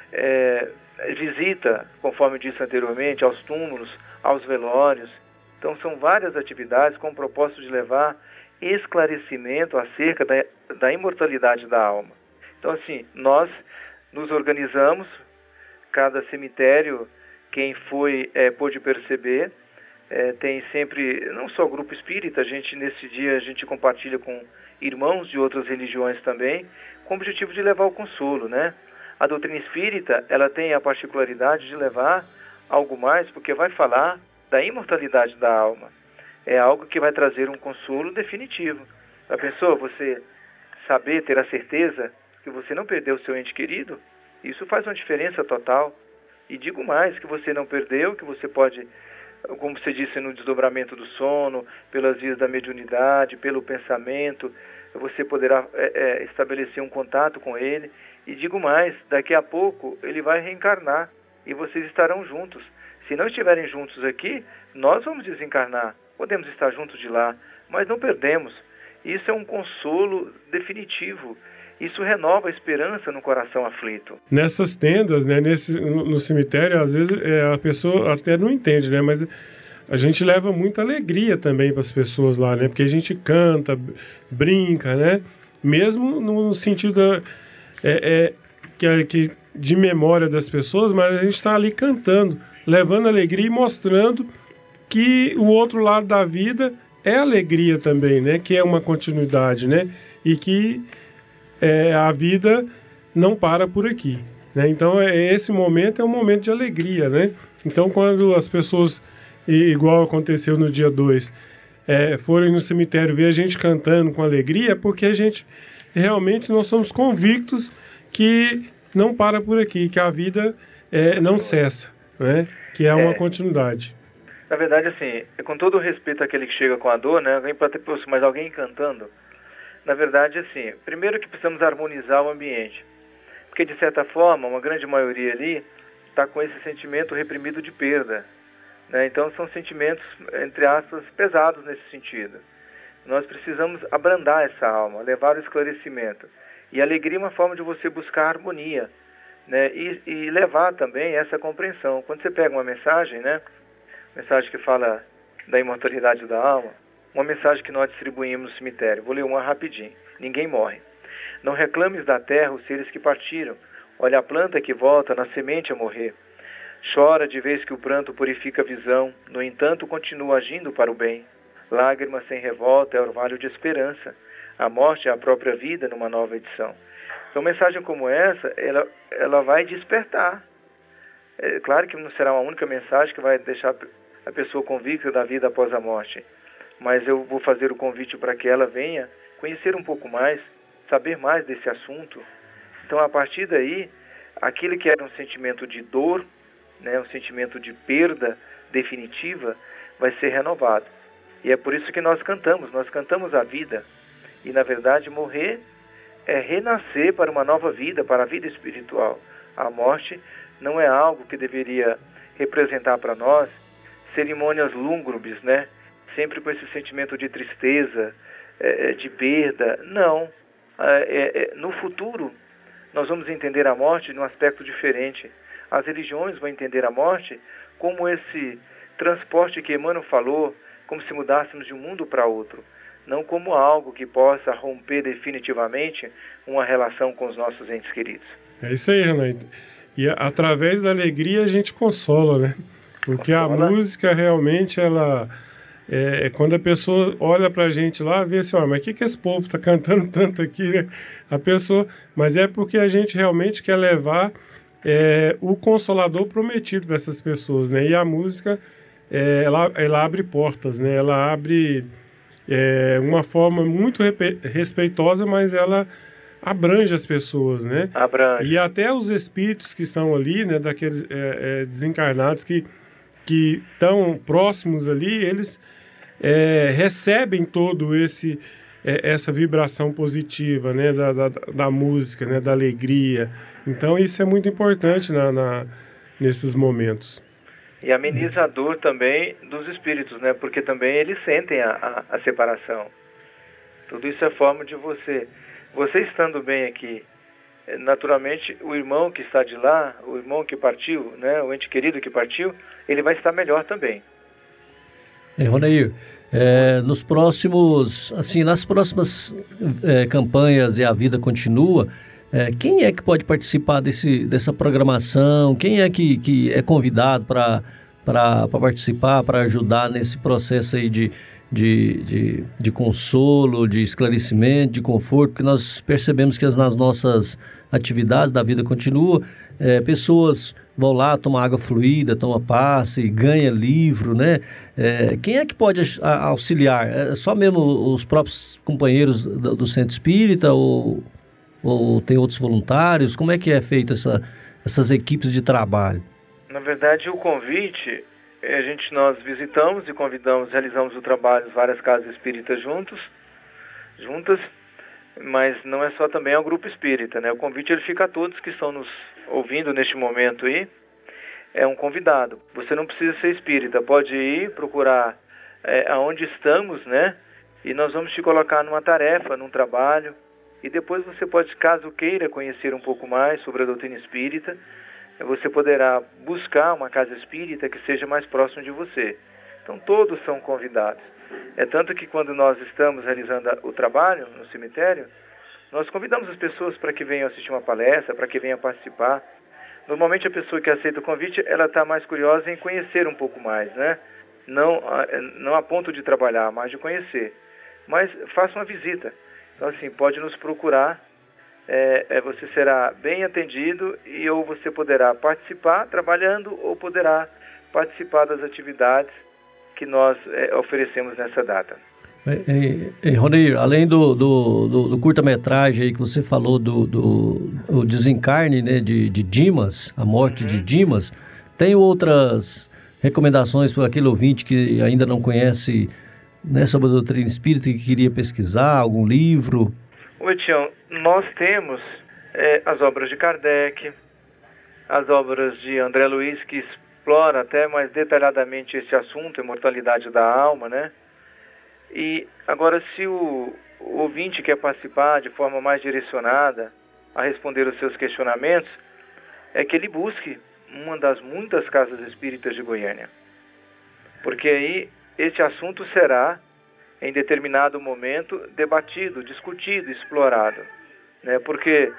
é, visita, conforme disse anteriormente, aos túmulos, aos velórios. Então são várias atividades com o propósito de levar esclarecimento acerca da, da imortalidade da alma. Então, assim, nós nos organizamos, cada cemitério, quem foi é, pôde perceber, é, tem sempre, não só grupo espírita, a gente nesse dia a gente compartilha com irmãos de outras religiões também, com o objetivo de levar o consolo, né? A doutrina espírita, ela tem a particularidade de levar algo mais, porque vai falar da imortalidade da alma. É algo que vai trazer um consolo definitivo. Já pensou você saber, ter a certeza que você não perdeu o seu ente querido? Isso faz uma diferença total. E digo mais, que você não perdeu, que você pode, como você disse, no desdobramento do sono, pelas vias da mediunidade, pelo pensamento, você poderá é, é, estabelecer um contato com ele. E digo mais, daqui a pouco ele vai reencarnar e vocês estarão juntos. Se não estiverem juntos aqui, nós vamos desencarnar. Podemos estar juntos de lá, mas não perdemos. Isso é um consolo definitivo. Isso renova a esperança no coração aflito. Nessas tendas, né, nesse, no, no cemitério, às vezes é, a pessoa até não entende, né, mas a gente leva muita alegria também para as pessoas lá, né, porque a gente canta, brinca, né, mesmo no sentido da, é, é, que, que de memória das pessoas, mas a gente está ali cantando, levando alegria e mostrando que o outro lado da vida é alegria também, né, que é uma continuidade, né, e que é, a vida não para por aqui, né? Então, é, esse momento é um momento de alegria, né? Então, quando as pessoas, igual aconteceu no dia dois, é, forem no cemitério ver a gente cantando com alegria, é porque a gente realmente nós somos convictos que não para por aqui, que a vida é, não cessa, né? Que é uma é, continuidade. Na verdade, assim, com todo o respeito àquele que chega com a dor, né? Alguém pode ter, mas alguém cantando. Na verdade, assim, primeiro que precisamos harmonizar o ambiente. Porque, de certa forma, uma grande maioria ali está com esse sentimento reprimido de perda, né? Então, são sentimentos, entre aspas, pesados nesse sentido. Nós precisamos abrandar essa alma, levar o esclarecimento. E a alegria é uma forma de você buscar harmonia, né? E, e levar também essa compreensão. Quando você pega uma mensagem, né? Mensagem que fala da imortalidade da alma, uma mensagem que nós distribuímos no cemitério. Vou ler uma rapidinho. Ninguém morre. Não reclames da terra os seres que partiram. Olha a planta que volta, na semente a morrer. Chora de vez que o pranto purifica a visão. No entanto, continua agindo para o bem. Lágrimas sem revolta é orvalho de esperança. A morte é a própria vida numa nova edição. Então, mensagem como essa, ela, ela vai despertar. É claro que não será uma única mensagem que vai deixar a pessoa convicta da vida após a morte. Mas eu vou fazer o convite para que ela venha conhecer um pouco mais, saber mais desse assunto. Então, a partir daí, aquilo que era um sentimento de dor, né, um sentimento de perda definitiva, vai ser renovado. E é por isso que nós cantamos, nós cantamos a vida. E, na verdade, morrer é renascer para uma nova vida, para a vida espiritual. A morte não é algo que deveria representar para nós cerimônias lúgubres, né? Sempre com esse sentimento de tristeza, é, de perda. Não. É, é, no futuro, nós vamos entender a morte num aspecto diferente. As religiões vão entender a morte como esse transporte que Emmanuel falou, como se mudássemos de um mundo para outro, não como algo que possa romper definitivamente uma relação com os nossos entes queridos. É isso aí, Renan. E através da alegria a gente consola, né? Porque consola. A música realmente, ela... É, quando a pessoa olha pra gente lá, vê assim, ó, mas o que, que esse povo tá cantando tanto aqui, né? A pessoa... Mas é porque a gente realmente quer levar é, o Consolador prometido para essas pessoas, né? E a música... É, ela, ela abre portas, né? Ela abre é, uma forma muito respeitosa, mas ela abrange as pessoas, né? Abrange. E até os espíritos que estão ali, né? Daqueles é, é, desencarnados que que estão próximos ali, eles é, recebem todo esse é, essa vibração positiva, né? Da, da, da música, né? Da alegria. Então isso é muito importante na, na nesses momentos. E ameniza a dor também dos espíritos, né? Porque também eles sentem a, a, a separação. Tudo isso é forma de você... Você estando bem aqui, naturalmente, o irmão que está de lá, o irmão que partiu, né? O ente querido que partiu, ele vai estar melhor também. É, Ronair, é, nos próximos... Assim, nas próximas é, campanhas e a vida continua... É, quem é que pode participar desse, dessa programação? Quem é que, que é convidado para participar, para ajudar nesse processo aí de, de, de, de consolo, de esclarecimento, de conforto? Porque nós percebemos que nas nossas atividades da vida continua, é, pessoas vão lá, tomam água fluida, tomam passe, ganha livro, né? É, quem é que pode auxiliar? É só mesmo os próprios companheiros do, do Centro Espírita ou... Ou tem outros voluntários? Como é que é feita essa, essas equipes de trabalho? Na verdade, o convite, a gente, nós visitamos e convidamos, realizamos o trabalho em várias casas espíritas juntos, juntas, mas não é só também ao grupo espírita, né? O convite ele fica a todos que estão nos ouvindo neste momento aí, é um convidado. Você não precisa ser espírita, pode ir procurar é, aonde estamos, né? E nós vamos te colocar numa tarefa, num trabalho. E depois você pode, caso queira conhecer um pouco mais sobre a doutrina espírita, você poderá buscar uma casa espírita que seja mais próxima de você. Então todos são convidados. É tanto que quando nós estamos realizando o trabalho no cemitério, nós convidamos as pessoas para que venham assistir uma palestra, para que venham participar. Normalmente a pessoa que aceita o convite, ela está mais curiosa em conhecer um pouco mais, né? Não, não a ponto de trabalhar, mas de conhecer. Mas faça uma visita. Então, assim, pode nos procurar, é, é, você será bem atendido e ou você poderá participar trabalhando ou poderá participar das atividades que nós é, oferecemos nessa data. E, e, e, Roneir, além do, do, do, do curta-metragem aí que você falou do, do, do desencarne, né, de, de Dimas, a morte uhum. de Dimas, tem outras recomendações para aquele ouvinte que ainda não conhece, né, sobre a doutrina espírita e que queria pesquisar, algum livro? Oi, Tião, nós temos é, as obras de Kardec, as obras de André Luiz, que explora até mais detalhadamente esse assunto, a imortalidade da alma, né? E agora, se o, o ouvinte quer participar de forma mais direcionada a responder os seus questionamentos, é que ele busque uma das muitas casas espíritas de Goiânia. Porque aí esse assunto será, em determinado momento, debatido, discutido, explorado. Né? Porque,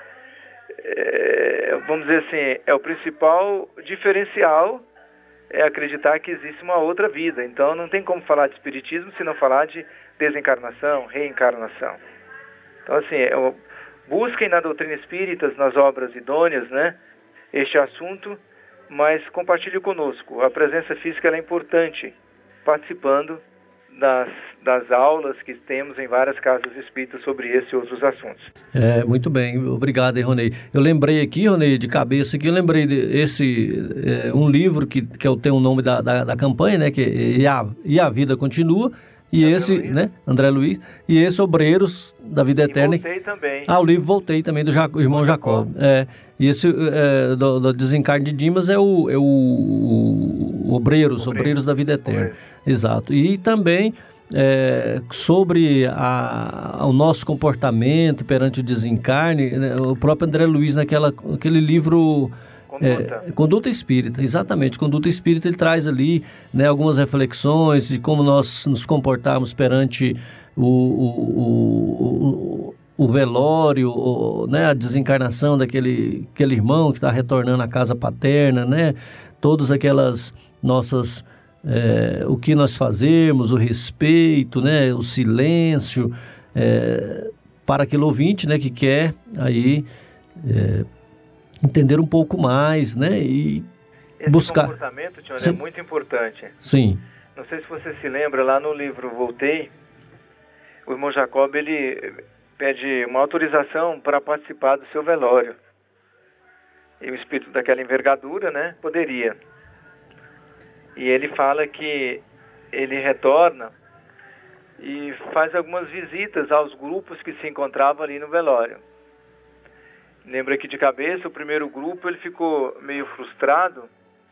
é, vamos dizer assim, é o principal diferencial é acreditar que existe uma outra vida. Então não tem como falar de espiritismo se não falar de desencarnação, reencarnação. Então assim, é, busquem na doutrina espírita, nas obras idôneas, né, este assunto, mas compartilhe conosco. A presença física ela é importante, participando das, das aulas que temos em várias casas espíritas sobre esse e outros assuntos. É, muito bem, obrigado, hein, Ronei. Eu lembrei aqui, Ronei, de cabeça aqui, eu lembrei desse, é, um livro que, que eu tenho o nome da, da, da campanha, né, que é e a, e a Vida Continua, e André esse, Luiz. né, André Luiz, e esse Obreiros da Vida Eterna. E Voltei também. Ah, o livro Voltei também, do Jaco, irmão Jacó. É, e esse é, do, do Desencarne de Dimas é o, é o, o Obreiros, Obreiros, Obreiros da Vida Eterna. Obreiros. Exato. E também é, sobre a, o nosso comportamento perante o desencarne, né, o próprio André Luiz, naquela, naquele livro... Conduta. É, Conduta Espírita, exatamente. Conduta Espírita, ele traz ali, né, algumas reflexões de como nós nos comportarmos perante o, o, o, o velório, o, né, a desencarnação daquele aquele irmão que está retornando à casa paterna, né, todas aquelas nossas, é, o que nós fazemos, o respeito, né, o silêncio, é, para aquele ouvinte, né, que quer aí... É, entender um pouco mais, né, e esse buscar... Esse comportamento, Tione, é muito importante. Sim. Não sei se você se lembra, lá no livro Voltei, o irmão Jacob, ele pede uma autorização para participar do seu velório. E o espírito daquela envergadura, né, poderia. E ele fala que ele retorna e faz algumas visitas aos grupos que se encontravam ali no velório. Lembra que de cabeça, o primeiro grupo ele ficou meio frustrado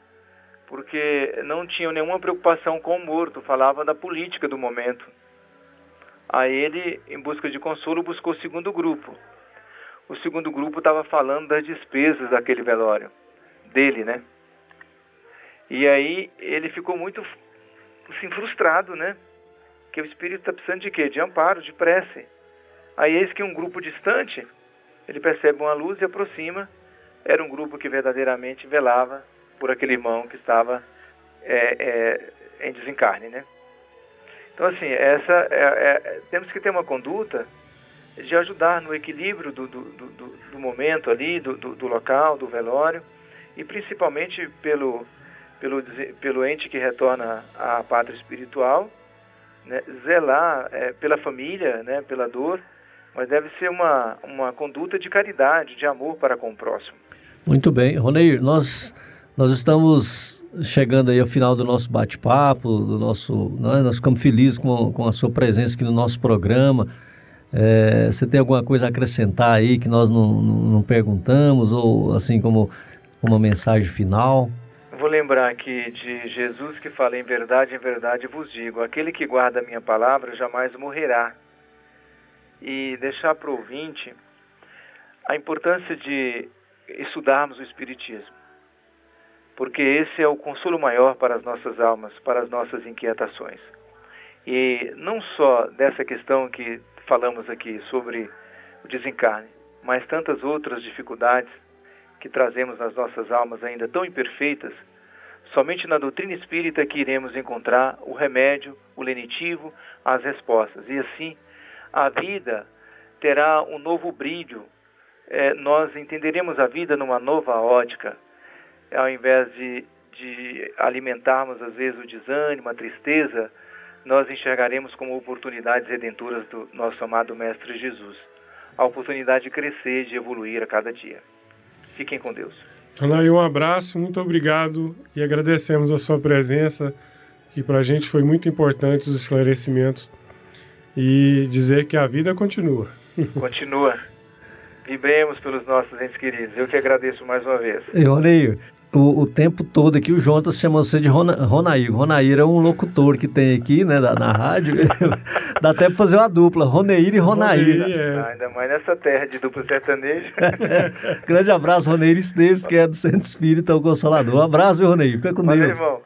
porque não tinha nenhuma preocupação com o morto, falava da política do momento. Aí ele, em busca de consolo, buscou o segundo grupo. O segundo grupo estava falando das despesas daquele velório, dele, né? E aí ele ficou muito assim, frustrado, né? Que o espírito está precisando de quê? De amparo, de prece. Aí eis que um grupo distante... ele percebe uma luz e aproxima. Era um grupo que verdadeiramente velava por aquele irmão que estava é, é, em desencarne, né? Então, assim, essa é, é, temos que ter uma conduta de ajudar no equilíbrio do, do, do, do momento ali, do, do, do local, do velório, e principalmente pelo, pelo, pelo ente que retorna à pátria espiritual, né? Zelar é, pela família, né? Pela dor, mas deve ser uma, uma conduta de caridade, de amor para com o próximo. Muito bem. Roneir, nós, nós estamos chegando aí ao final do nosso bate-papo, do nosso, nós, nós ficamos felizes com, com a sua presença aqui no nosso programa. É, você tem alguma coisa a acrescentar aí que nós não, não, não perguntamos, ou assim como uma mensagem final? Vou lembrar aqui de Jesus que fala: em verdade, em verdade vos digo, aquele que guarda a minha palavra jamais morrerá. E deixar para o ouvinte a importância de estudarmos o Espiritismo, porque esse é o consolo maior para as nossas almas, para as nossas inquietações. E não só dessa questão que falamos aqui sobre o desencarne, mas tantas outras dificuldades que trazemos nas nossas almas ainda tão imperfeitas. Somente na doutrina espírita que iremos encontrar o remédio, o lenitivo, as respostas. E assim, a vida terá um novo brilho. É, nós entenderemos a vida numa nova ótica, ao invés de, de alimentarmos às vezes o desânimo, a tristeza, nós enxergaremos como oportunidades redentoras do nosso amado Mestre Jesus, a oportunidade de crescer, de evoluir a cada dia. Fiquem com Deus. Anaí, um abraço, muito obrigado e agradecemos a sua presença, que para a gente foi muito importante os esclarecimentos, e dizer que a vida continua. Continua. Vibremos pelos nossos entes queridos. Eu que agradeço mais uma vez. E, Roneir, o, o tempo todo aqui o Jonas chama você de Rona, Ronair. Ronair é um locutor que tem aqui, né, da, na rádio. Dá até pra fazer uma dupla, Roneir e Ronair. Roneir, é. ah, ainda mais nessa terra de duplo sertanejo. Grande abraço, Roneir Esteves, que é do Centro Espírita o Consolador. Um abraço, viu, Roneir? Fica com Valeu, Deus. Irmão.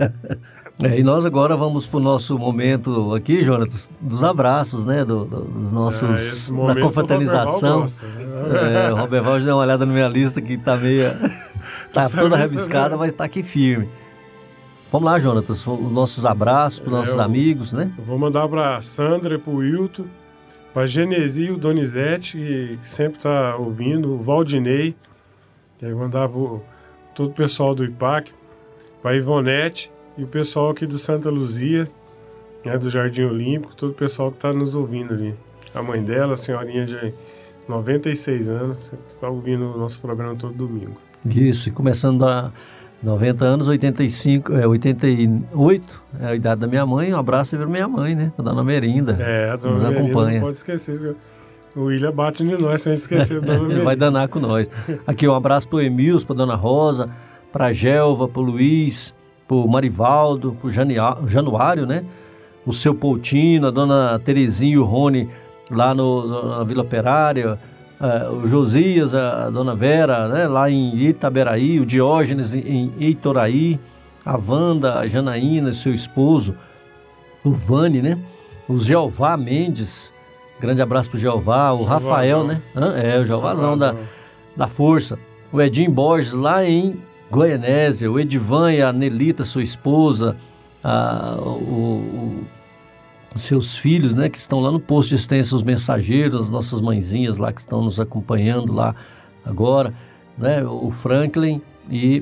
É, e nós agora vamos para o nosso momento aqui, Jonas, dos abraços, né? Do, do, dos nossos. É, da confraternização. É, o Roberval já deu uma olhada na minha lista que está meia. Está toda rabiscada, mas está aqui firme. Vamos lá, Jonas, os nossos abraços para os nossos é, eu, amigos, né? Eu vou mandar para a Sandra, para o Wilton, para a Genesi, o Donizete, que sempre está ouvindo, o Valdinei, que eu vou mandar para todo o pessoal do I P A C, para a Ivonete e o pessoal aqui do Santa Luzia, né, do Jardim Olímpico, todo o pessoal que está nos ouvindo ali. A mãe dela, a senhorinha de noventa e seis anos, está ouvindo o nosso programa todo domingo. Isso, e começando a noventa anos, oitenta e cinco, é, oitenta e oito, é a idade da minha mãe. Um abraço para minha mãe, né? A dona Merinda. É, a dona nos Merinda acompanha. Não pode esquecer. O William bate em nós sem esquecer da dona Merinda. Ele vai danar com nós. Aqui um abraço para o Emils, para dona Rosa, para a Gelva, para o Luiz, para o Marivaldo, para o Januário, né? O seu Poutino, a dona Terezinha e o Rony lá no, na Vila Operária, uh, o Josias, a, a dona Vera, né? Lá em Itaberaí, o Diógenes em Eitoraí, a Wanda, a Janaína e seu esposo, o Vani, né? O Jeová Mendes, grande abraço para o Jeová, o Jeovazão. Rafael, né? É, o Jeovazão da, da Força, o Edinho Borges lá em Goianésia, o Edivan e a Nelita, sua esposa, a, o, o, os seus filhos, né, que estão lá no posto de extensão, os mensageiros, as nossas mãezinhas lá que estão nos acompanhando lá agora, né, o Franklin e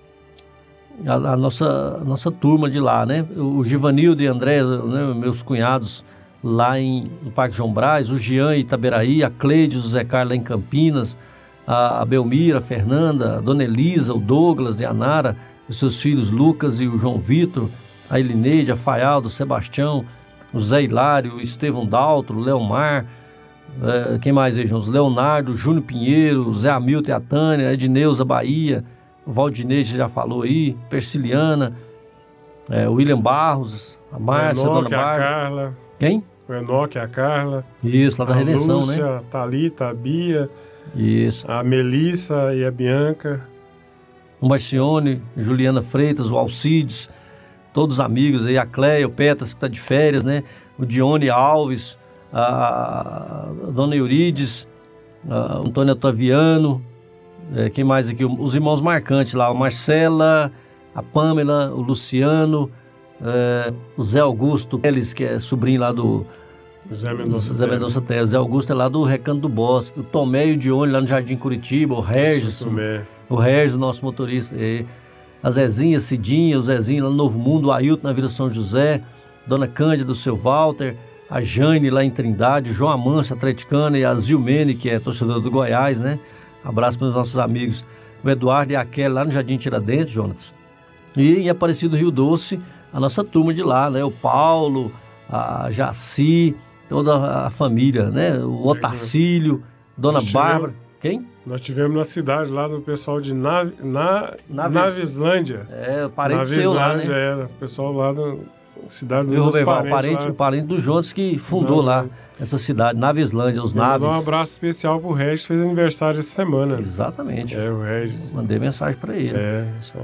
a, a, nossa, a nossa turma de lá, né, o Givanildo e André, né, meus cunhados lá em, no Parque João Brás, o Jean em Itaberaí, a Cleide e o Zé Carlos lá em Campinas, a Belmira, a Fernanda, a Dona Elisa, o Douglas de Anara, os seus filhos Lucas e o João Vitor, a Elineide, a Faialdo, o Sebastião, o Zé Hilário, o Estevão Daltro, o Leomar, é, quem mais aí, João? Leonardo, o Júnior Pinheiro, o Zé Hamilton e a Tânia, a Edneuza Bahia, o Valdinei já falou aí, Persiliana, é, o William Barros, a Márcia, a Dona Bárbara. A Carla. Quem? O Enoque, a Carla. Isso, lá da a Redenção, Lúcia, né? A Thalita, a Bia. Isso. A Melissa e a Bianca. O Marcione, Juliana Freitas, o Alcides, todos os amigos aí, a Cleia, o Petras que está de férias, né? O Dione Alves, a, a Dona Eurides, a Antônia Otaviano, é, quem mais aqui? Os irmãos marcantes lá, a Marcela, a Pâmela, o Luciano, é, o Zé Augusto, eles que é sobrinho lá do Zé Mendonça Zé Mendonça Teles. Zé Augusto é lá do Recanto do Bosque, o Tomé e o Dione lá no Jardim Curitiba, o Regis, o, o Regis, o nosso motorista, e a Zezinha, Cidinha, o Zezinho lá no Novo Mundo, o Ailton na Vila São José, Dona Cândida, o seu Walter, a Jane lá em Trindade, o João Amância, atleticana, e a Zilmene, que é torcedora do Goiás, né? Abraço para os nossos amigos, o Eduardo e a Kelly lá no Jardim Tiradentes, Jonas. E em Aparecido Rio Doce, a nossa turma de lá, né? O Paulo, a Jaci, toda a família, né? O Otacílio, Dona Nós Bárbara. tivemos, Quem? Nós tivemos na cidade lá do pessoal de Nav, na, Naves, Naveslândia. É, parente seu lá, né? Era, o pessoal lá da cidade do nosso parente, parente, o parente do Jones que fundou não, lá não. essa cidade, Naveslândia, os Naves. Um abraço especial pro Regis, que fez aniversário essa semana. Exatamente. É, o Regis. Mandei mensagem para ele. É, só...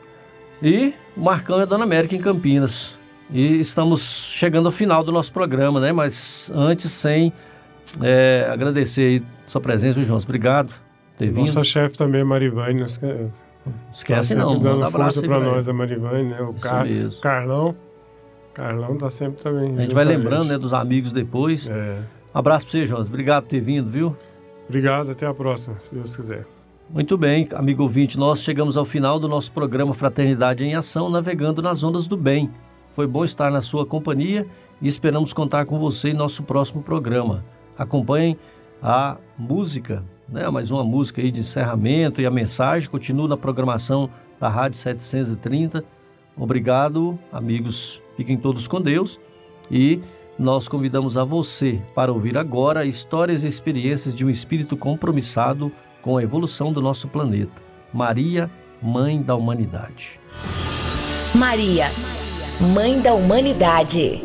E o Marcão é Dona América em Campinas. E estamos chegando ao final do nosso programa, né? Mas antes, sem é, agradecer aí sua presença, o Jones. Obrigado por ter vindo. Nossa chefe também, Marivane. Não esquece tá não. Dando um força para nós, a Marivane, né? O Car... Carlão. Carlão tá sempre também. A gente vai lembrando, gente. né, dos amigos depois. É. Um abraço para você, Jonas. Obrigado por ter vindo, viu? Obrigado, até a próxima, se Deus quiser. Muito bem, amigo ouvinte, nós chegamos ao final do nosso programa Fraternidade em Ação, navegando nas ondas do bem. Foi bom estar na sua companhia e esperamos contar com você em nosso próximo programa. Acompanhem a música, né? Mais uma música aí de encerramento, e a mensagem continua na programação da Rádio setecentos e trinta. Obrigado, amigos, fiquem todos com Deus, e nós convidamos a você para ouvir agora histórias e experiências de um espírito compromissado com a evolução do nosso planeta. Maria, Mãe da Humanidade. Maria, Mãe da Humanidade.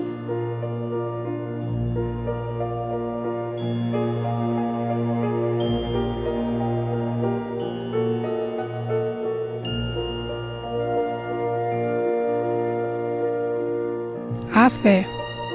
A fé.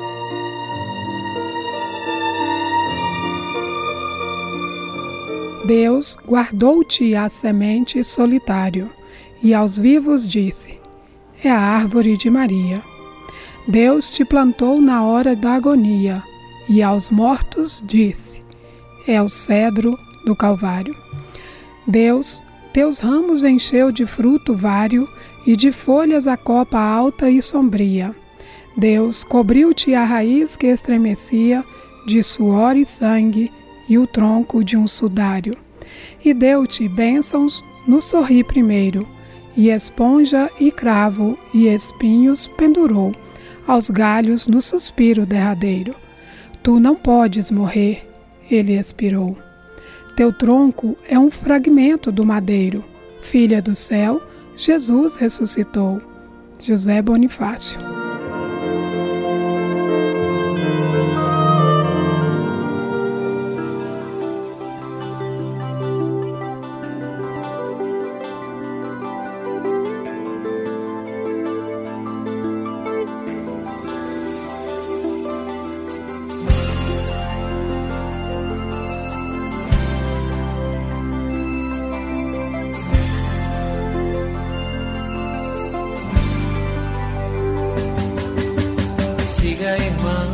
Deus guardou-te a semente solitário, e aos vivos disse: é a árvore de Maria. Deus te plantou na hora da agonia, e aos mortos disse: é o cedro do Calvário. Deus teus ramos encheu de fruto vário, e de folhas a copa alta e sombria. Deus cobriu-te a raiz que estremecia, de suor e sangue, e o tronco de um sudário. E deu-te bênçãos no sorrir primeiro, e esponja e cravo e espinhos pendurou, aos galhos no suspiro derradeiro. Tu não podes morrer, ele expirou. Teu tronco é um fragmento do madeiro. Filha do céu, Jesus ressuscitou. José Bonifácio. Siga, irmão,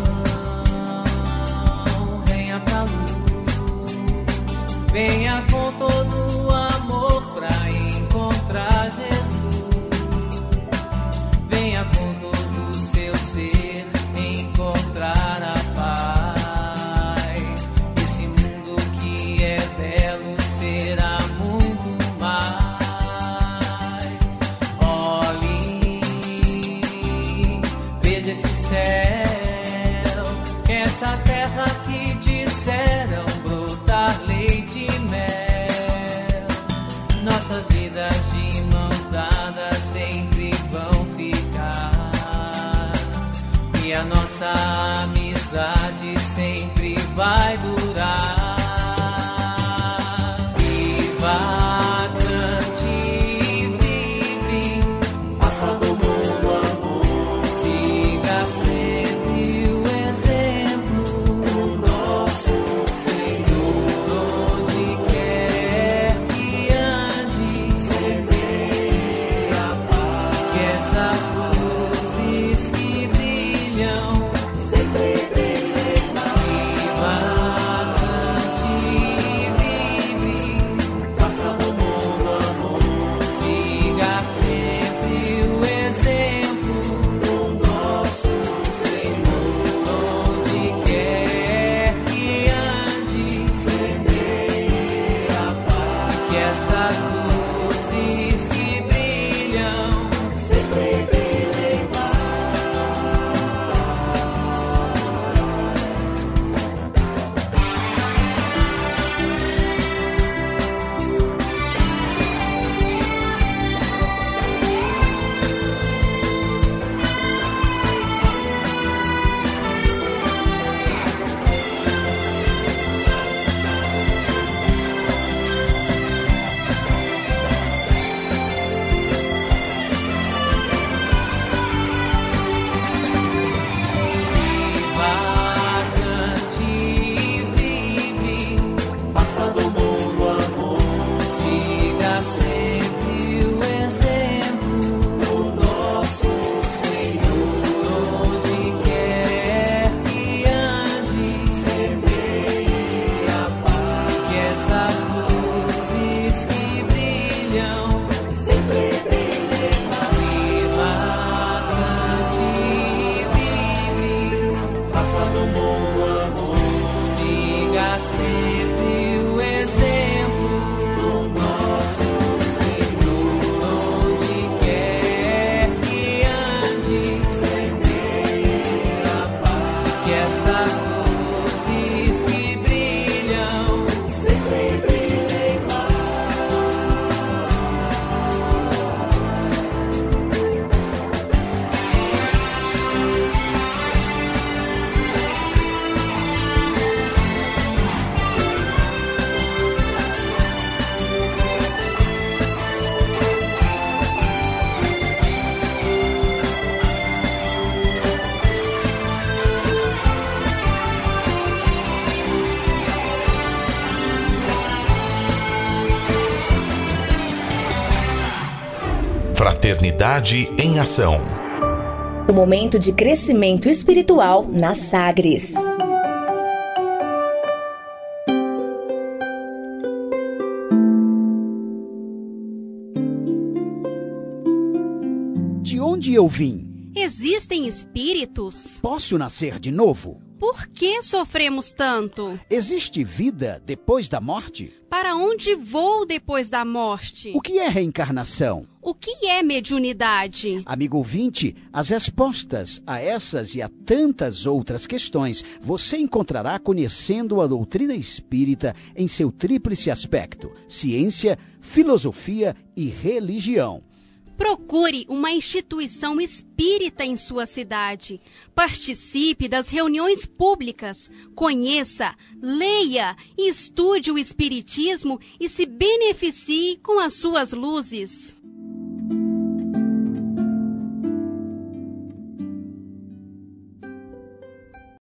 venha pra luz, venha com todo o amor pra encontrar Jesus. Venha com todo o seu ser encontrar a paz. Esse mundo que é belo será muito mais. Olhe, veja esse céu, essa terra que disseram brotar leite e mel. Nossas vidas de mãos dadas sempre vão ficar, e a nossa amizade sempre vai durar. Viva, cante e vive, faça do mundo amor, siga sempre o exemplo do nosso Senhor. Onde quer que ande, sempre a paz, que essas luzes que brilham sempre brilhem. Viva, Fraternidade em Ação. O momento de crescimento espiritual na Sagres. De onde eu vim? Existem espíritos? Posso nascer de novo? Por que sofremos tanto? Existe vida depois da morte? Para onde vou depois da morte? O que é reencarnação? O que é mediunidade? Amigo ouvinte, as respostas a essas e a tantas outras questões você encontrará conhecendo a doutrina espírita em seu tríplice aspecto: ciência, filosofia e religião. Procure uma instituição espírita em sua cidade. Participe das reuniões públicas. Conheça, leia e estude o espiritismo e se beneficie com as suas luzes.